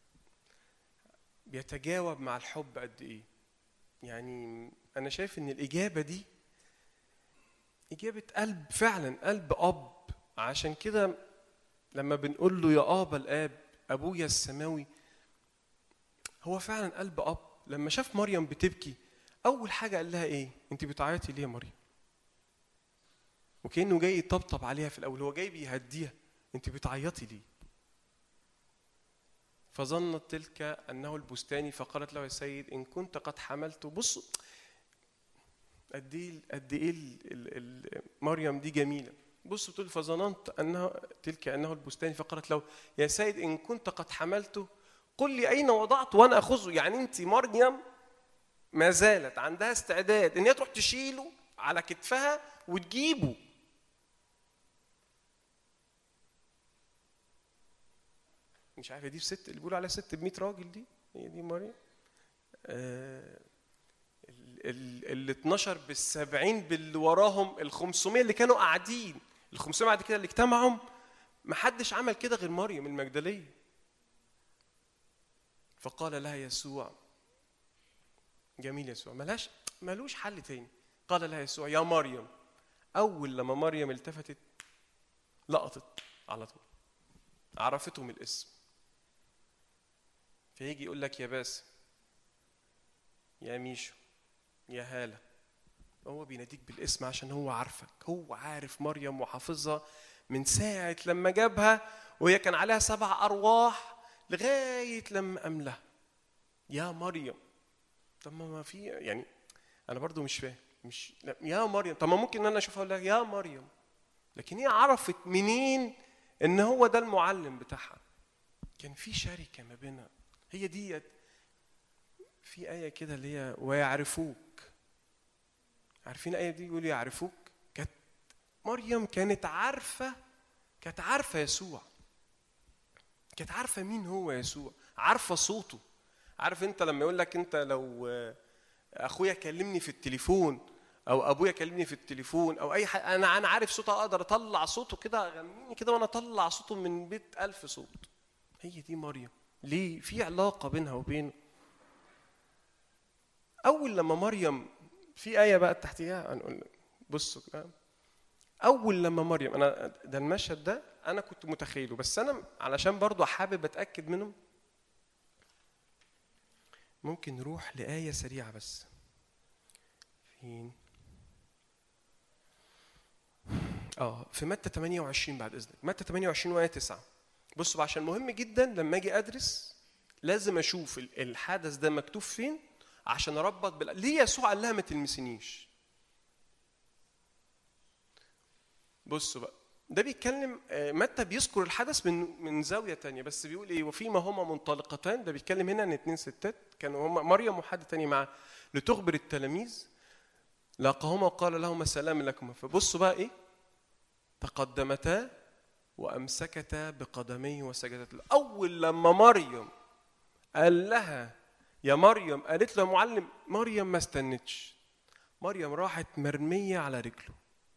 بيتجاوب مع الحب قد ايه. يعني انا شايف ان الاجابه دي اجابه قلب فعلا، قلب اب. عشان كده لما بنقول له يا ابا الاب ابويا السماوي، هو فعلا قلب اب. لما شاف مريم بتبكي اول حاجه قال لها ايه؟ انت بتعيطي ليه يا مريم؟ وكأنه جاي يطبطب عليها في الأول، هو جاي بيهديها. أنت بتعيطي ليه؟ فظنت تلك أنه البستاني فقالت له يا سيد إن كنت قد حملت. بص قد إيه قد إيه مريم دي جميلة. بص بتقول فظننت انه تلك انه البستان، فقالت له يا سيد ان كنت قد حملته قل لي اين وضعت وانا اخذه. يعني انت مريم ما زالت عندها استعداد ان هي تروح تشيله على كتفها وتجيبه. مش عارف دي ست اللي بيقولوا عليها ست ب مية راجل، دي هي دي مريم. آه ال اتناشر بالسبعين باللي وراهم، ال خمسمية اللي كانوا قاعدين، ال خمسمية بعد كده اللي اجتمعهم، ما حدش عمل كده غير مريم المجدلية. فقال لها يسوع، جميل يسوع ملاش ملوش حل تاني، قال لها يسوع يا مريم. أول لما مريم التفتت لقطت على طول، عرفتهم الاسم. فيجي يقول لك يا باسم، يا ميشو، يا هالة، هو بيناديك بالاسم عشان هو عارفك، هو عارف مريم وحافظها من ساعة لما جابها وهي كان عليها سبع أرواح لغاية لما أملها يا مريم. طب ما في يعني أنا برضو مش فاهم، مش يا مريم، طب ما ممكن أنا أشوفها أقول لها يا مريم، لكن هي عرفت منين إن هو ده المعلم بتاعها؟ كان في شركة ما بينها. هي دي في آية كده اللي هي ويعرفوك، عارفين الآية دي يقول يعرفوك؟ كانت مريم كانت عارفة، كانت عارفة يسوع، كانت عارفة مين هو يسوع، عارفة صوته. عارف انت لما يقول لك انت لو اخويا كلمني في التليفون او ابويا كلمني في التليفون او اي حاجه، انا انا عارف صوته، اقدر اطلع صوته كده، اغنيني كده وانا اطلع صوته من بيت ألف صوت. هي دي مريم. ليه؟ في علاقة بينها وبينه. أول لما مريم، في آية بقى تحتيها هنقول بصوا، أول لما مريم، أنا ده المشهد ده أنا كنت متخيله، بس أنا علشان برضو حابب أتأكد منه ممكن نروح لآية سريعة بس. فين؟ آه في متى ثمانية وعشرين بعد إذنك، متى ثمانية وعشرين وآية تسعة. بصوا عشان مهم جدا لما أجي أدرس لازم أشوف الحدث ده مكتوب فين عشان أربط بال... ليه يسوع قال لها ما تلمسنيش؟ بصوا بقى، ده بيتكلم متى بيذكر الحدث من من زاويه تانية، بس بيقول ايه وفيما هما منطلقتان. ده بيتكلم هنا عن اتنين ستات كانوا هما مريم وحد تاني معاه لتخبر التلاميذ، لاقاهما وقال لهما سلام لكم. فبصوا بقى ايه، تقدمتا وامسكتا بقدميه وسجدتا. اول لما مريم قال لها يا مريم، قالت له يا معلم، مريم ما استنتش، مريم راحت مرميه على رجله.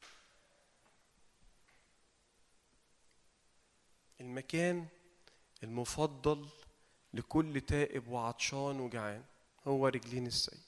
المكان المفضل لكل تائب وعطشان وجعان هو رجلين السيد.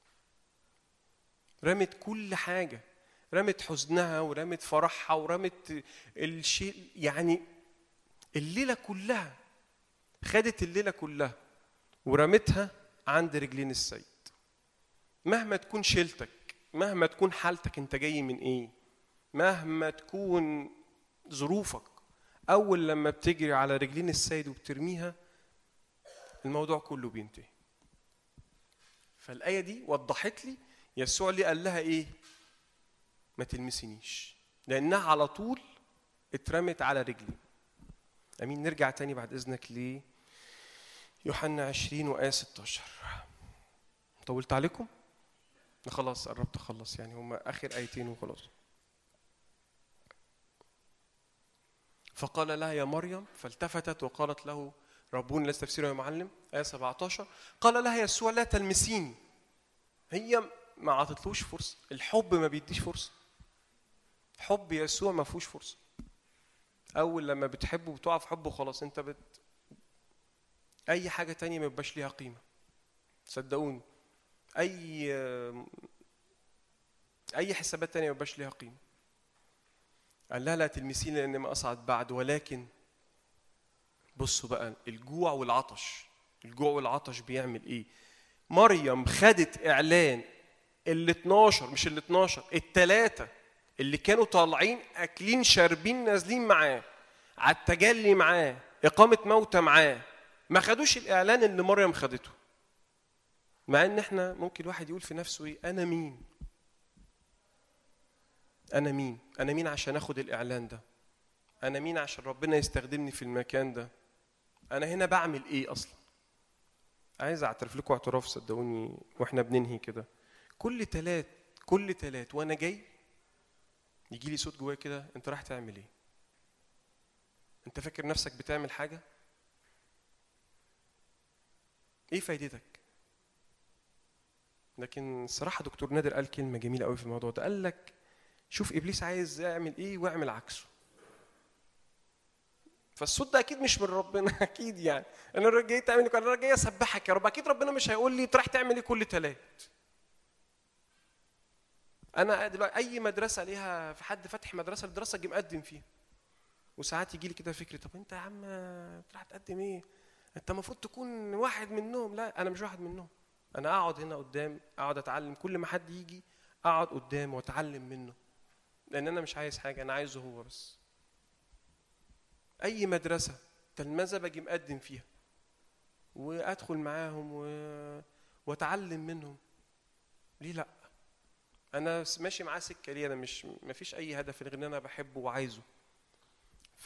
رمت كل حاجة، رمت حزنها ورمت فرحها ورمت الشيء، يعني الليلة كلها، خدت الليلة كلها ورمتها عند رجلين السيد. مهما تكون شيلتك، مهما تكون حالتك انت جاي من ايه، مهما تكون ظروفك، أول لما بتجري على رجلين السيد وبترميها الموضوع كله بينتهي. فالآية دي وضحت لي يسوع اللي قال لها إيه؟ ما تلمسينيش، لأنها على طول اترمت على رجلي. أمين. نرجع تاني بعد إذنك ليه يوحنا عشرين وآية ستاشر. طولت عليكم؟ خلاص قربت أخلص، يعني هما آخر آيتين وخلاص. فقال لها يا مريم، فالتفتت وقالت له ربون، لست تفسيره يا معلم. آية سبعتاشر قال لها يسوع لا تلمسيني. هي ما عطتلوش فرصة، الحب ما بيديش فرصة، حب يسوع ما فيهوش فرصة. أول لما بتحبه بتقع في حبه خلاص، أنت بت أي حاجة تانية ما بيبقاش ليها قيمة، صدقوني. أي أي حسابات تانية ما بيبقاش ليها قيمة. قال لها لا تلمسيني لأن ما أصعد بعد، ولكن بصوا بقى الجوع والعطش. الجوع والعطش بيعمل إيه؟ مريم خدت إعلان ال اتناشر، مش ال اتناشر، التلاتة اللي كانوا طالعين أكلين شاربين نازلين معاه على التجلي معاه، إقامة موتى معاه، ما خدوش الإعلان اللي مريم خدته. مع إن إحنا ممكن واحد يقول في نفسه إيه، أنا مين؟ انا مين؟ انا مين عشان اخد الاعلان ده؟ انا مين عشان ربنا يستخدمني في المكان ده؟ انا هنا بعمل ايه اصلا؟ عايز اعترف لكم اعتراف صدقوني واحنا بننهي كده. كل تلات كل تلات وانا جاي يجي لي صوت جوايا كده، انت راح تعمل ايه؟ انت فاكر نفسك بتعمل حاجه؟ ايه فايدتك؟ لكن الصراحه دكتور نادر قال كلمه جميله قوي في الموضوع ده، قال لك شوف ابليس عايز يعمل ايه واعمل عكسه. فالصوت ده اكيد مش من ربنا اكيد، يعني انا جاي تعمل ايه؟ انا جاي اسبحك يا رب، اكيد ربنا مش هيقول لي تروح تعمل ايه كل تلات. انا دلوقتي اي مدرسه ليها في حد فاتح مدرسه للدراسه اجي مقدم فيها، وساعات يجي لي كده فكره طب انت يا عم راح تقدم ايه؟ انت المفروض تكون واحد منهم. لا انا مش واحد منهم، انا اقعد هنا قدام اقعد اتعلم، كل ما حد يجي اقعد قدام واتعلم منه، لان انا مش عايز حاجه، انا عايزه هو بس. اي مدرسه تلمذه باجي مقدم فيها وادخل معاهم و... واتعلم منهم. ليه لا؟ انا ماشي معاه سكه ليه؟ انا مش مفيش اي هدف غير ان انا بحبه وعايزه. ف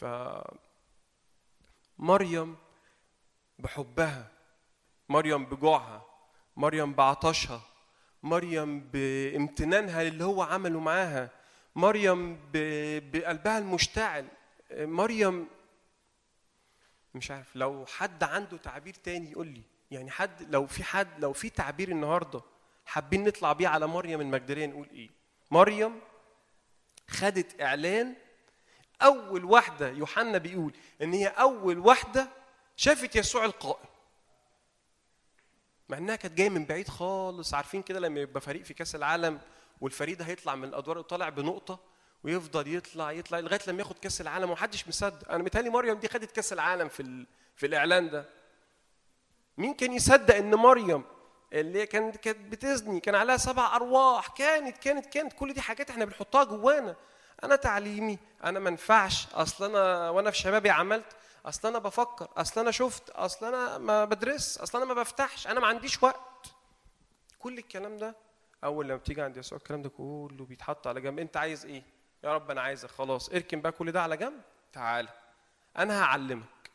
مريم بحبها، مريم بجوعها، مريم بعطشها، مريم بامتنانها للي هو عمله معاها، مريم بقلبها المشتعل، مريم مش عارف لو حد عنده تعبير تاني يقول لي، يعني حد لو في حد لو في تعبير النهارده حابين نطلع بيه على مريم المجدلية نقول ايه؟ مريم خدت اعلان. اول واحده يوحنا بيقول ان هي اول واحده شافت يسوع القائم، مع انها كانت جايه من بعيد خالص. عارفين كده لما يبقى فريق في كاس العالم والفريق ده هيطلع من الادوار وطالع بنقطه ويفضل يطلع يطلع لغايه لما ياخد كاس العالم ومحدش مصدق. انا متهيألي مريم دي خدت كاس العالم في ال... في الاعلان ده. مين كان يصدق ان مريم اللي كانت كانت بتزني كان عليها سبع ارواح، كانت كانت كانت كل دي حاجات احنا بنحطها جوانا. انا تعليمي، انا ما ينفعش، اصل انا وانا في شبابي عملت، اصل انا بفكر، اصل انا شفت، اصل انا ما بدرس، اصل انا ما بفتحش، انا ما عنديش وقت. كل الكلام ده اول لما بتيجي عند يسوع الكلام ده كله بيتحط على جنب. انت عايز ايه يا رب؟ انا عايزك. خلاص اركن بقى كل ده على جنب، تعال انا هعلمك،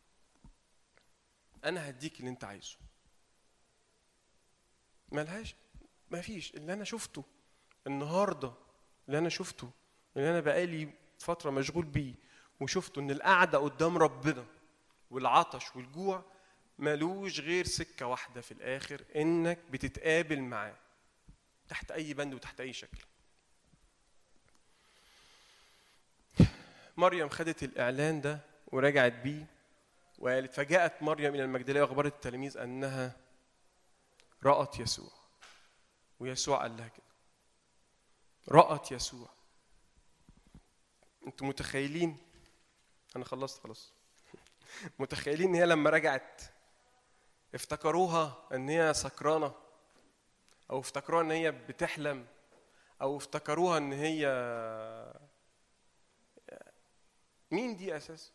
انا هديك اللي انت عايزه. ملهاش ما فيش اللي انا شفته النهارده، اللي انا شفته اللي انا بقالي فتره مشغول بيه وشفته، ان القعده قدام ربنا والعطش والجوع ملوش غير سكه واحده في الاخر، انك بتتقابل معاه تحت اي بند وتحت اي شكل. مريم خدت الاعلان ده ورجعت بيه وقالت، فجاءت مريم الى المجدليه واخبرت التلاميذ انها رأت يسوع. ويسوع قال لها كده، رأت يسوع. انتوا متخيلين؟ انا خلصت خلاص. متخيلين ان هي لما رجعت افتكروها ان هي سكرانه، او افتكروها ان هي بتحلم، او افتكروها ان هي مين دي اساسا؟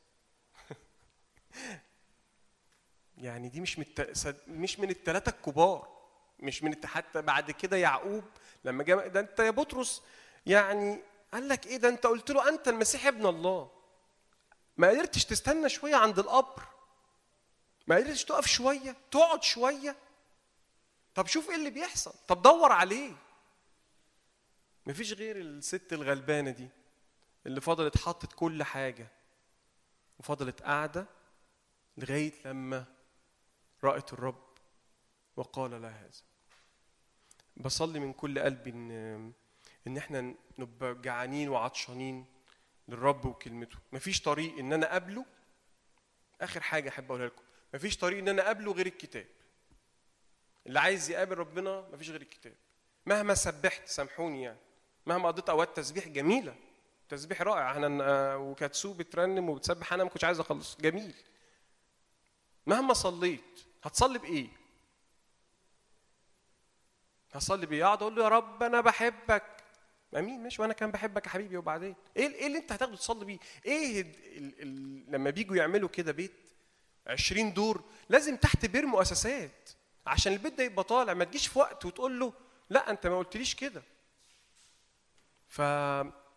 يعني دي مش من الت... مش من الثلاثه الكبار، مش من الت... حتى بعد كده يعقوب لما جاء ده انت يا بطرس، يعني قال لك ايه ده؟ انت قلت له انت المسيح ابن الله، ما قدرتش تستنى شويه عند القبر؟ ما قدرتش تقف شويه، تقعد شويه؟ طب شوف ايه اللي بيحصل، طب دور عليه. مفيش غير الست الغلبانه دي اللي فضلت حطت كل حاجه وفضلت قاعده لغايه لما رأت الرب وقال لها هذا. بصلي من كل قلبي ان ان احنا نبقى جعانين وعطشانين للرب وكلمته. مفيش طريق ان انا اقابله. اخر حاجه احب اقولها لكم، مفيش طريق ان انا اقابله غير الكتاب. اللي عايز يقابل ربنا مفيش غير الكتاب. مهما سبحت، سامحوني يعني، مهما قضيت اوقات تسبيح جميله، تسبيح رائع، احنا وكاتسو بترنم وبتسبح، انا ما كنتش عايز اخلص، جميل. مهما صليت، هتصلي بايه؟ هصلي بيه اقعد اقول له يا رب انا بحبك، امين ماشي، وانا كان بحبك يا حبيبي، وبعدين ايه ايه اللي انت هتاخده تصلي بيه؟ ايه ال ال ال لما بيجوا يعملوا كده بيت عشرين دور لازم تحت بيرموا اساسات عشان البيت ده يبقى طالع. ما تجيش في وقت وتقول له لا انت ما قلتليش كده. ف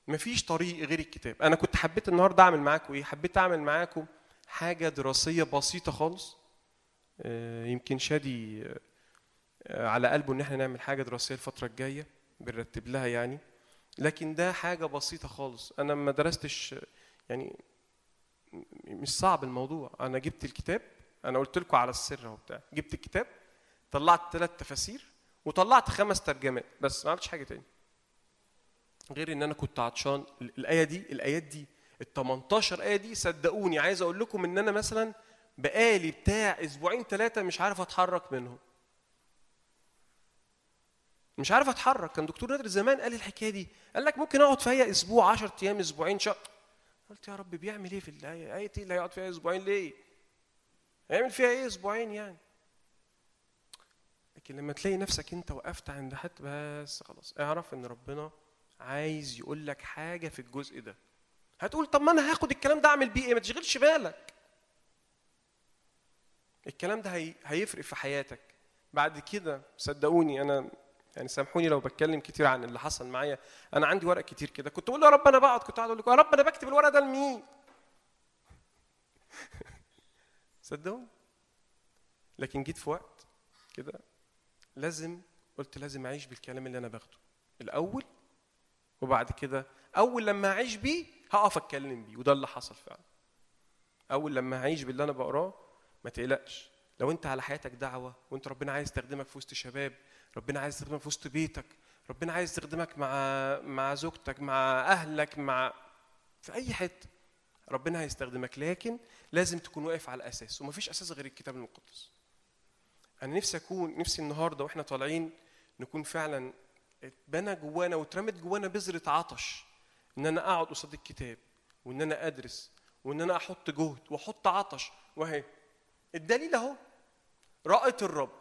مفيش طريق غير الكتاب. انا كنت حبيت النهارده اعمل معاكم ايه؟ حبيت اعمل معاكم حاجه دراسيه بسيطه خالص. يمكن شادي على قلبه ان احنا نعمل حاجه دراسيه الفتره الجايه بنرتب لها يعني، لكن ده حاجه بسيطه خالص. انا ما درستش يعني، مش صعب الموضوع. انا جبت الكتاب، انا قلت لكم على السر اهو بتاع، جبت الكتاب طلعت ثلاث تفاسير وطلعت خمس ترجمات بس، ما عملتش حاجه تاني غير ان انا كنت عطشان. الايه دي الايات دي ال تمنتاشر ايه دي، صدقوني عايز اقول لكم ان انا مثلا بقالي بتاع اسبوعين ثلاثه مش عارف اتحرك منهم، مش عارف اتحرك. كان دكتور نادر زمان قال الحكايه دي، قال لك ممكن اقعد فيها اسبوع، عشرة ايام، اسبوعين، شهر. قلت يا رب بيعمل ايه في الايه؟ ايه اللي هيقعد فيها اسبوعين ليه؟ هيعمل فيها ايه اسبوعين يعني؟ لكن لما تلاقي نفسك انت وقفت عند حد بس خلاص، اعرف ان ربنا عايز يقول لك حاجه في الجزء ده. هتقول طب ما انا هاخد الكلام ده اعمل بيه ايه؟ ما تشغلش بالك، الكلام ده هي... هيفرق في حياتك بعد كده. صدقوني انا يعني، سامحوني لو بتكلم كتير عن اللي حصل معايا. انا عندي ورق كتير كده، كنت اقول له يا رب انا بقعد، كنت قاعد اقول له يا رب انا بكتب الورق ده لمين؟ صدقوني. لكن جيت في وقت كده لازم، قلت لازم اعيش بالكلام اللي انا باخده الاول، وبعد كده اول لما اعيش بيه هقف اتكلم بيه. وده اللي حصل فعلا. اول لما اعيش باللي انا بقراه، ما تقلقش لو انت على حياتك دعوه وانت ربنا عايز يستخدمك في وسط شباب، ربنا عايز يستخدمك في وسط بيتك، ربنا عايز يستخدمك مع مع زوجتك، مع اهلك، مع في اي حته ربنا هيستخدمك. لكن لازم تكون واقف على الاساس، ومفيش اساس غير الكتاب المقدس. انا نفسي اكون نفسي النهارده واحنا طالعين نكون فعلا اتبنى جوانا واترمت جوانا بذره عطش، ان انا اقعد قصاد الكتاب وان انا ادرس وان انا احط جهد واحط عطش. وهي الدليل اهو، رأت الرب،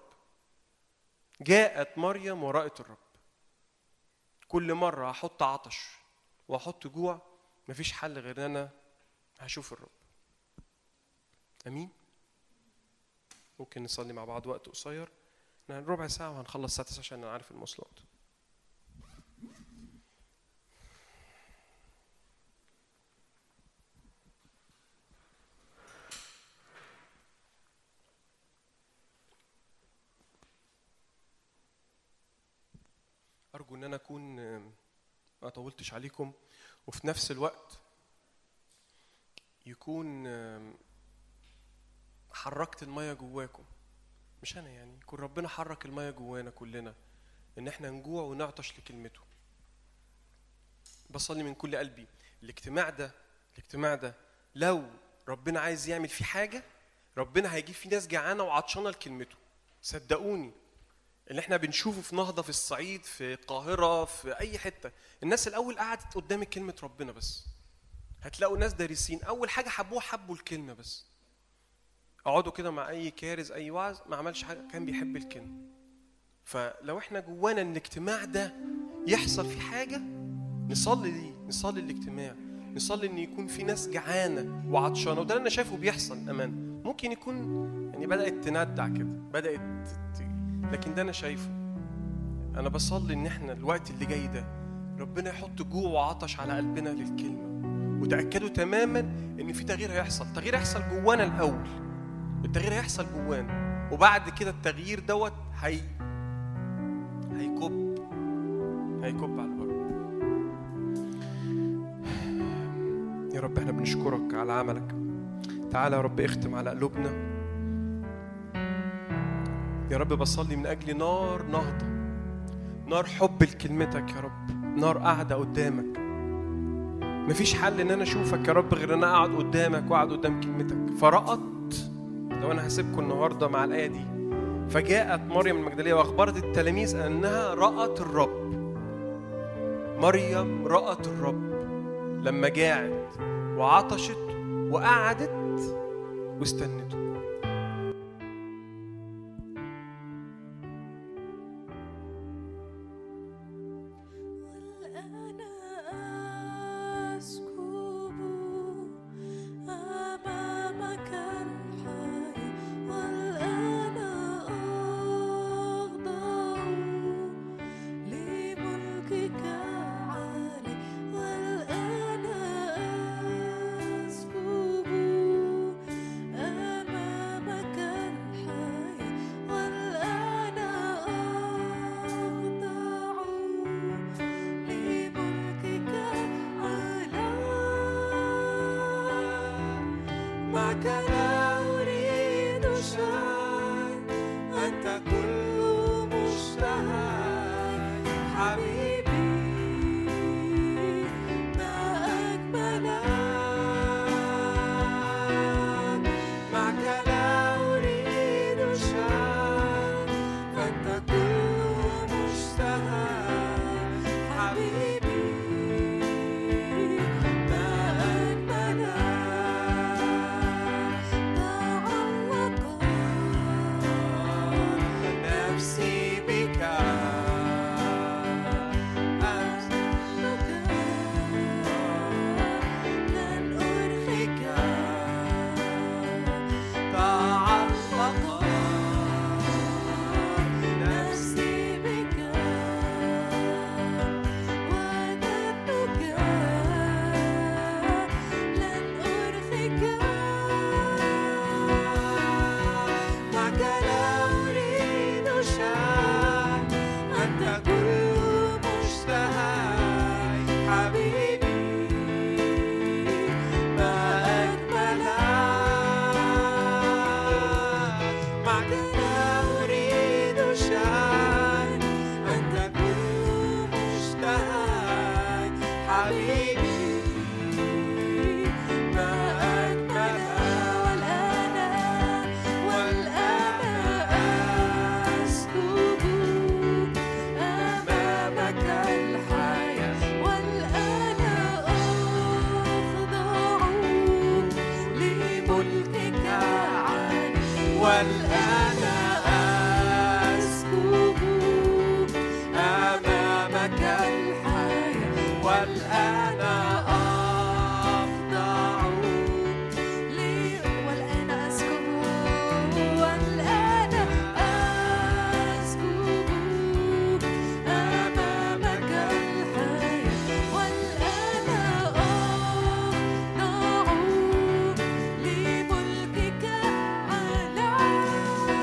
جاءت مريم ورأت الرب. كل مره احط عطش واحط جوع، مفيش حل غير ان انا هشوف الرب. امين. ممكن نصلي مع بعض وقت قصير، ربع ساعه وهنخلص الساعه تسعة عشان انا عارف المواصلات. أرجو أن أنا أكون ما طولتش عليكم، وفي نفس الوقت يكون حركت المية جواكم. مش أنا يعني، يكون ربنا حرك المية جوانا كلنا، إن إحنا نجوع ونعطش لكلمته. بصلي من كل قلبي الاجتماع ده الاجتماع ده لو ربنا عايز يعمل فيه حاجة، ربنا هيجيب فيه ناس جعانة وعطشانة لكلمته. صدقوني اللي احنا بنشوفه في نهضة، في الصعيد، في القاهرة، في أي حتة، الناس الأول قعدت قدام كلمة ربنا بس. هتلاقوا ناس دارسين أول حاجة حبوها حبوا الكلمة بس. اقعدوا كده مع أي كارز أي وعظ ما عملش حاجة، كان بيحب الكلمة. فلو احنا جوانا ان الاجتماع ده يحصل فيه حاجة، نصلي ليه، نصلي الاجتماع، نصلي ان يكون في ناس جعانة وعطشانة. وده أنا شايفه بيحصل أمان. ممكن يكون يعني بدأت تندع كده، بدأت ت... لكن ده أنا شايفه. أنا بصلي إن إحنا الوقت اللي جاي ده ربنا يحط جوع وعطش على قلبنا للكلمة، وتأكدوا تماماً إن في تغيير هيحصل. تغيير هيحصل جوانا الأول، التغيير هيحصل جوانا، وبعد كده التغيير دوت هي هيكب هيكب على الأرض. يا رب إحنا بنشكرك على عملك. تعالى يا رب اختم على قلوبنا. يا رب بصلي من أجل نار نهضة، نار حب لكلمتك يا رب، نار قاعدة قدامك. مفيش حل إن أنا أشوفك يا رب غير أن أنا أقعد قدامك وأقعد قدام كلمتك. فرأت، لو أنا هسيبكم النهاردة مع الآية دي، فجاءت مريم المجدلية وأخبرت التلاميذ أنها رأت الرب. مريم رأت الرب لما جاعت وعطشت وقعدت واستنته. والآن والآن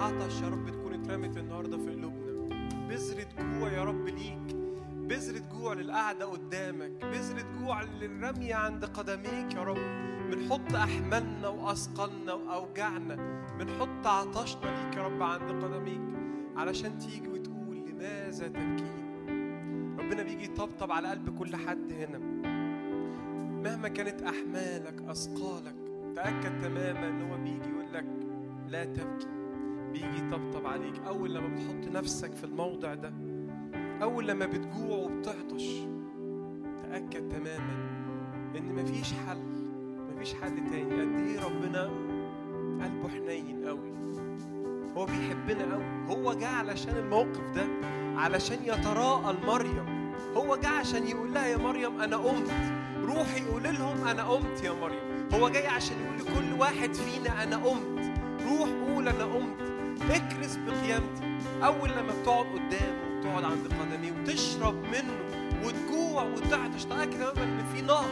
عطش يا رب تكون اترمت النهارده في قلوبنا، بذرة جوع يا رب ليك، بذرة جوع للقعدة قدامك، بذرة جوع للرمية عند قدميك يا رب. بنحط أحمالنا وأثقالنا وأوجعنا، بنحط عطشنا ليك يا رب عند قدميك علشان تيجي وتقول لماذا تبكين. ربنا بيجي يطبطب على قلب كل حد هنا مهما كانت أحمالك أثقالك، تأكد تماما إن هو بيجي يقول لك لا تبكي، بيجي يطبطب عليك. أول لما بتحط نفسك في الموضع ده، أول لما بتجوع وبتعطش، تأكد تماما إن مفيش حل، مفيش حل تاني. قد إيه ربنا قلبه حنين قوي، هو بيحبنا قوي. هو جاء علشان الموقف ده، علشان يتراءى لمريم. هو جاء عشان يقول لها يا مريم أنا قمت، روحي يقول لهم أنا قمت يا مريم. هو جاي عشان يقول لكل واحد فينا أنا قمت، روح قول أنا قمت، اكرس بقيامتي. أول لما بتقعد قدامه وتقعد عند قدميه وتشرب منه وتجوع وتعطش، تأكد تماما إن في نهر،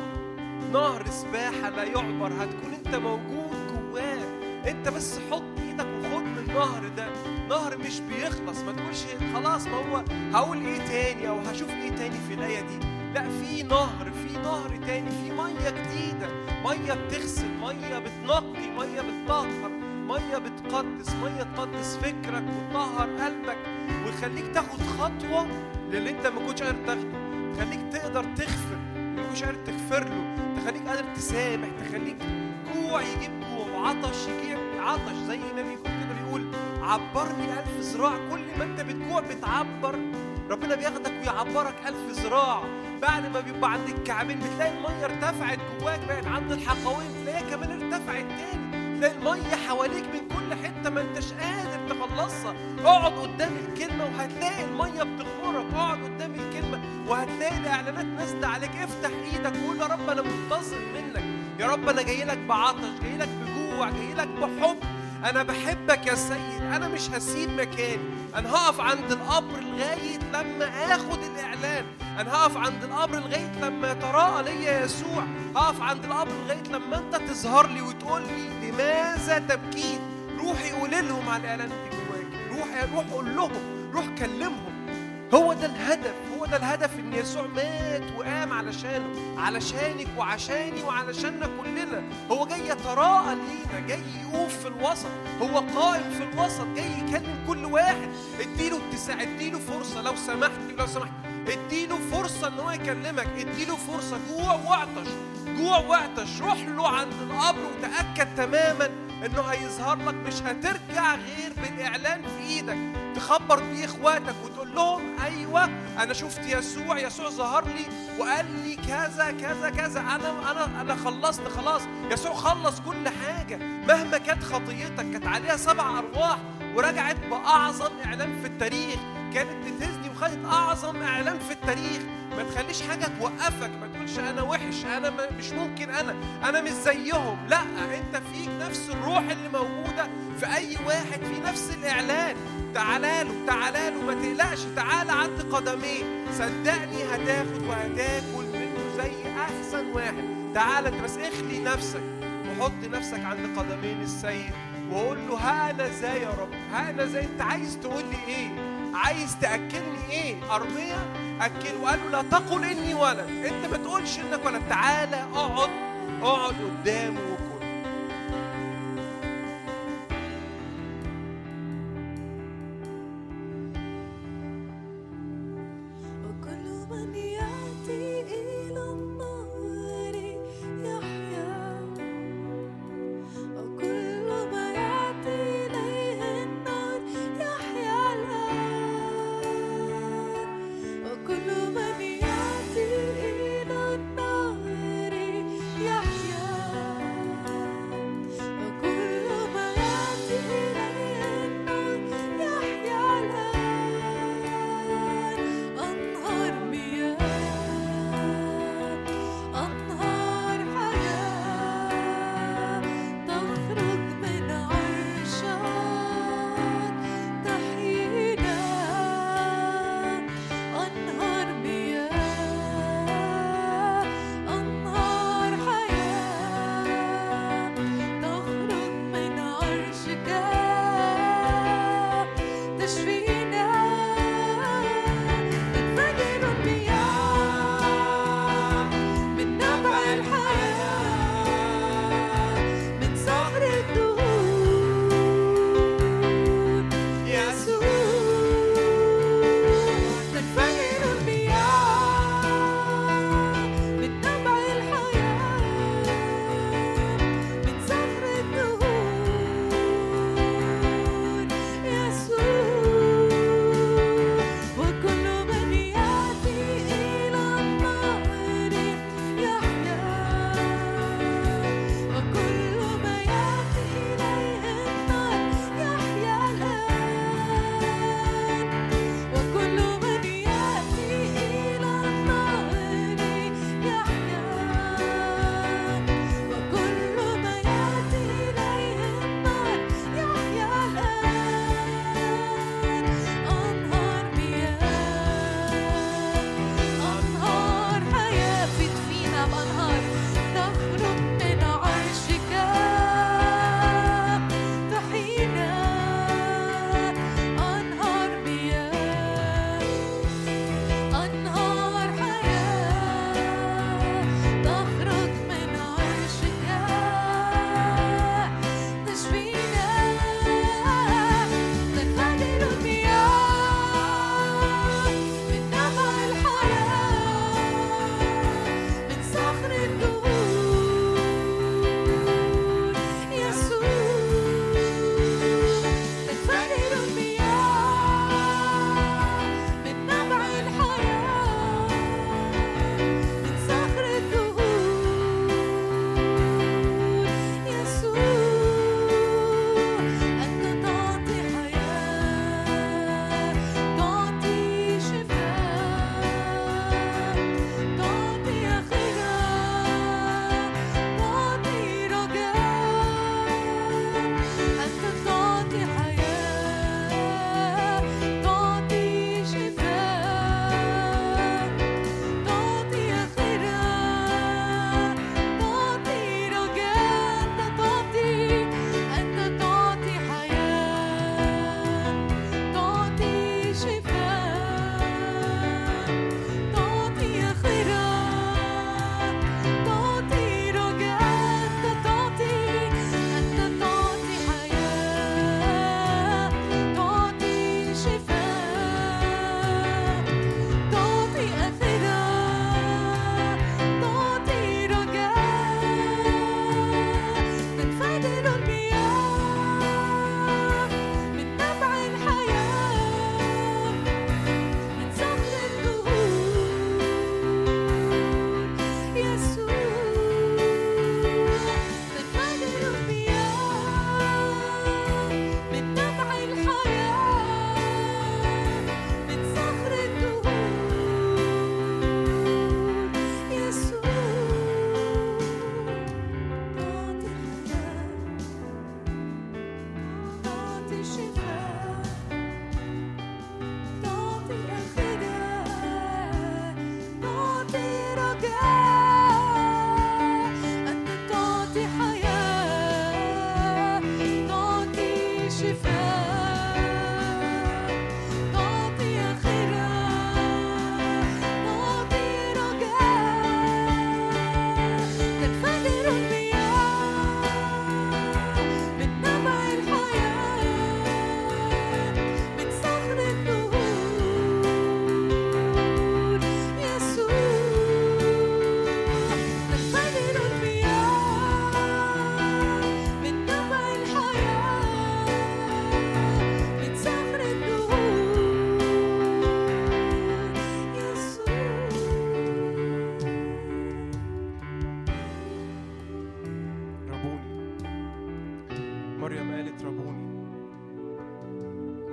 نهر سباحة لا يعبر، هتكون أنت موجود جواه. أنت بس حط إيدك وخد من النهر ده، نهر مش بيخلص. ما تقولش خلاص ما هو هقول إيه تاني أو هشوف إيه تاني في الآية دي. لا، في نهر، في نهر تاني، في مية جديدة، مية بتغسل، مية بتنقي، مية بتطهر، مية بتقدس، مية تقدس فكرك وتطهر قلبك ويخليك تاخد خطوة للي انت ما كنتش قادر تاخده، تخليك تقدر تغفر اللي ما كنتش قادر تغفر له، تخليك قادر تسامح، تخليك جوع يجيب جوع وعطش يجيب عطش. زي ما بيقول كده، بيقول عبرني ألف ذراع. كل ما انت بتجوع بتعبر، ربنا بياخدك ويعبرك ألف ذراع. بعد ما بيبقى عند الكعبين بتلاقي المية ارتفعت جواك، بقت عند الحقوين تلاقيها كمان ارتفعت تاني، تلاقي المية حواليك من كل حتة ما انتش قادر تخلصها. اقعد قدام الكلمة وهتلاقي المية بتغمرك، اقعد قدام الكلمة وهتلاقي الاعلانات نازلة عليك. افتح ايدك وقول يا رب انا منتظر منك، يا رب انا جاي لك بعطش، جاي لك بجوع، جاي لك بحب، انا بحبك يا سيد. انا مش هسيب مكاني، انا هقف عند القبر لغاية لما اخد الاعلان، انا هقف عند القبر لغاية لما يتراءى ليا يسوع، هقف عند القبر لغاية لما انت تظهر لي وتقول لي لماذا تبكين. روحي قول لهم على الاعلان اللي جواك، روح روح قول لهم، روح كلمهم. هو ده الهدف، هو ده الهدف ان يسوع مات وقام علشانه، علشانك وعشاني وعلشاننا كلنا. هو جاي يتراءى لينا، جاي يقوف في الوسط، هو قائم في الوسط، جاي يكلم كل واحد. اديله اتساع، اديله فرصة لو سمحت، لو سمحت اديله فرصة ان هو يكلمك، اديله فرصة. جوع وعطش، جوع وعطش، روح له عند القبر وتأكد تماما انه هيظهر لك. مش هترجع غير بالاعلان في ايدك تخبر بيه اخواتك وتقول لهم ايوه انا شفت يسوع، يسوع ظهر لي وقال لي كذا كذا كذا، انا انا انا خلصت خلاص. يسوع خلص كل حاجه، مهما كانت خطيتك كانت عليها سبع ارواح ورجعت باعظم اعلان في التاريخ، كانت بتزني وخدت اعظم اعلان في التاريخ. ما تخليش حاجه توقفك، ما تقولش انا وحش، انا مش ممكن، انا انا مش زيهم. لا، انت فيك نفس الروح اللي موجوده في اي واحد، في نفس الاعلان. تعالى له، تعالى له، ما تقلقش، تعالى عند قدميه، صدقني هتاخد وهتاكل منه زي احسن واحد. تعالى انت بس اخلي نفسك وحط نفسك عند قدمين السيد وقول له ها انا ازاي يا رب، ها انا ازاي، انت عايز تقول لي ايه، عايز تاكلني ايه؟ ارميا اكله، وقال له لا تقل اني ولد، انت ما تقولش انك ولد، تعالى اقعد اقعد قدامه وكل.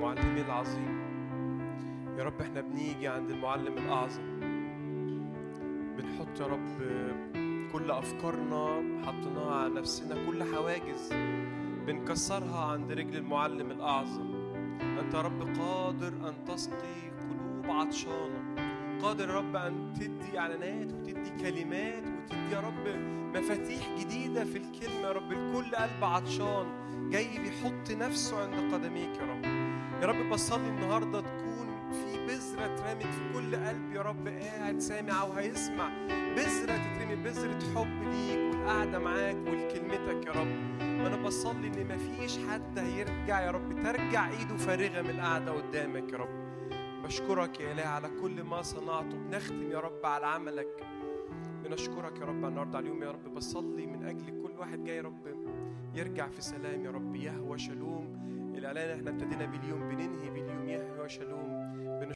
معلمي العظيم. يا رب احنا بنيجي عند المعلم الأعظم، بنحط يا رب كل أفكارنا حطيناها على نفسنا، كل حواجز بنكسرها عند رجل المعلم الأعظم. أنت يا رب قادر أن تسقي قلوب عطشانة، قادر يا رب أن تدي إعلانات وتدي كلمات وتدي يا رب مفاتيح جديدة في الكلمة يا رب لكل قلب عطشان جاي بيحط نفسه عند قدميك يا رب. يا رب بصلي النهاردة تكون في بذرة اترمت في كل قلب يا رب قاعد سامع أو هيسمع، بذرة تترمي، بذرة حب ليك والقعدة معاك ولكلمتك يا رب. أنا بصلي إن مفيش حد هيرجع يا رب ترجع إيده فارغة من القعدة قدامك يا رب. بشكرك يا إله على كل ما صنعته. بنختم يا رب على عملك، بنشكرك يا رب النهارده على اليوم يا رب. بصلي من أجل كل واحد جاي يا رب يرجع في سلام يا رب. يهوى شالوم، الإعلان احنا ابتدينا باليوم بننهي باليوم. يهوى شالوم.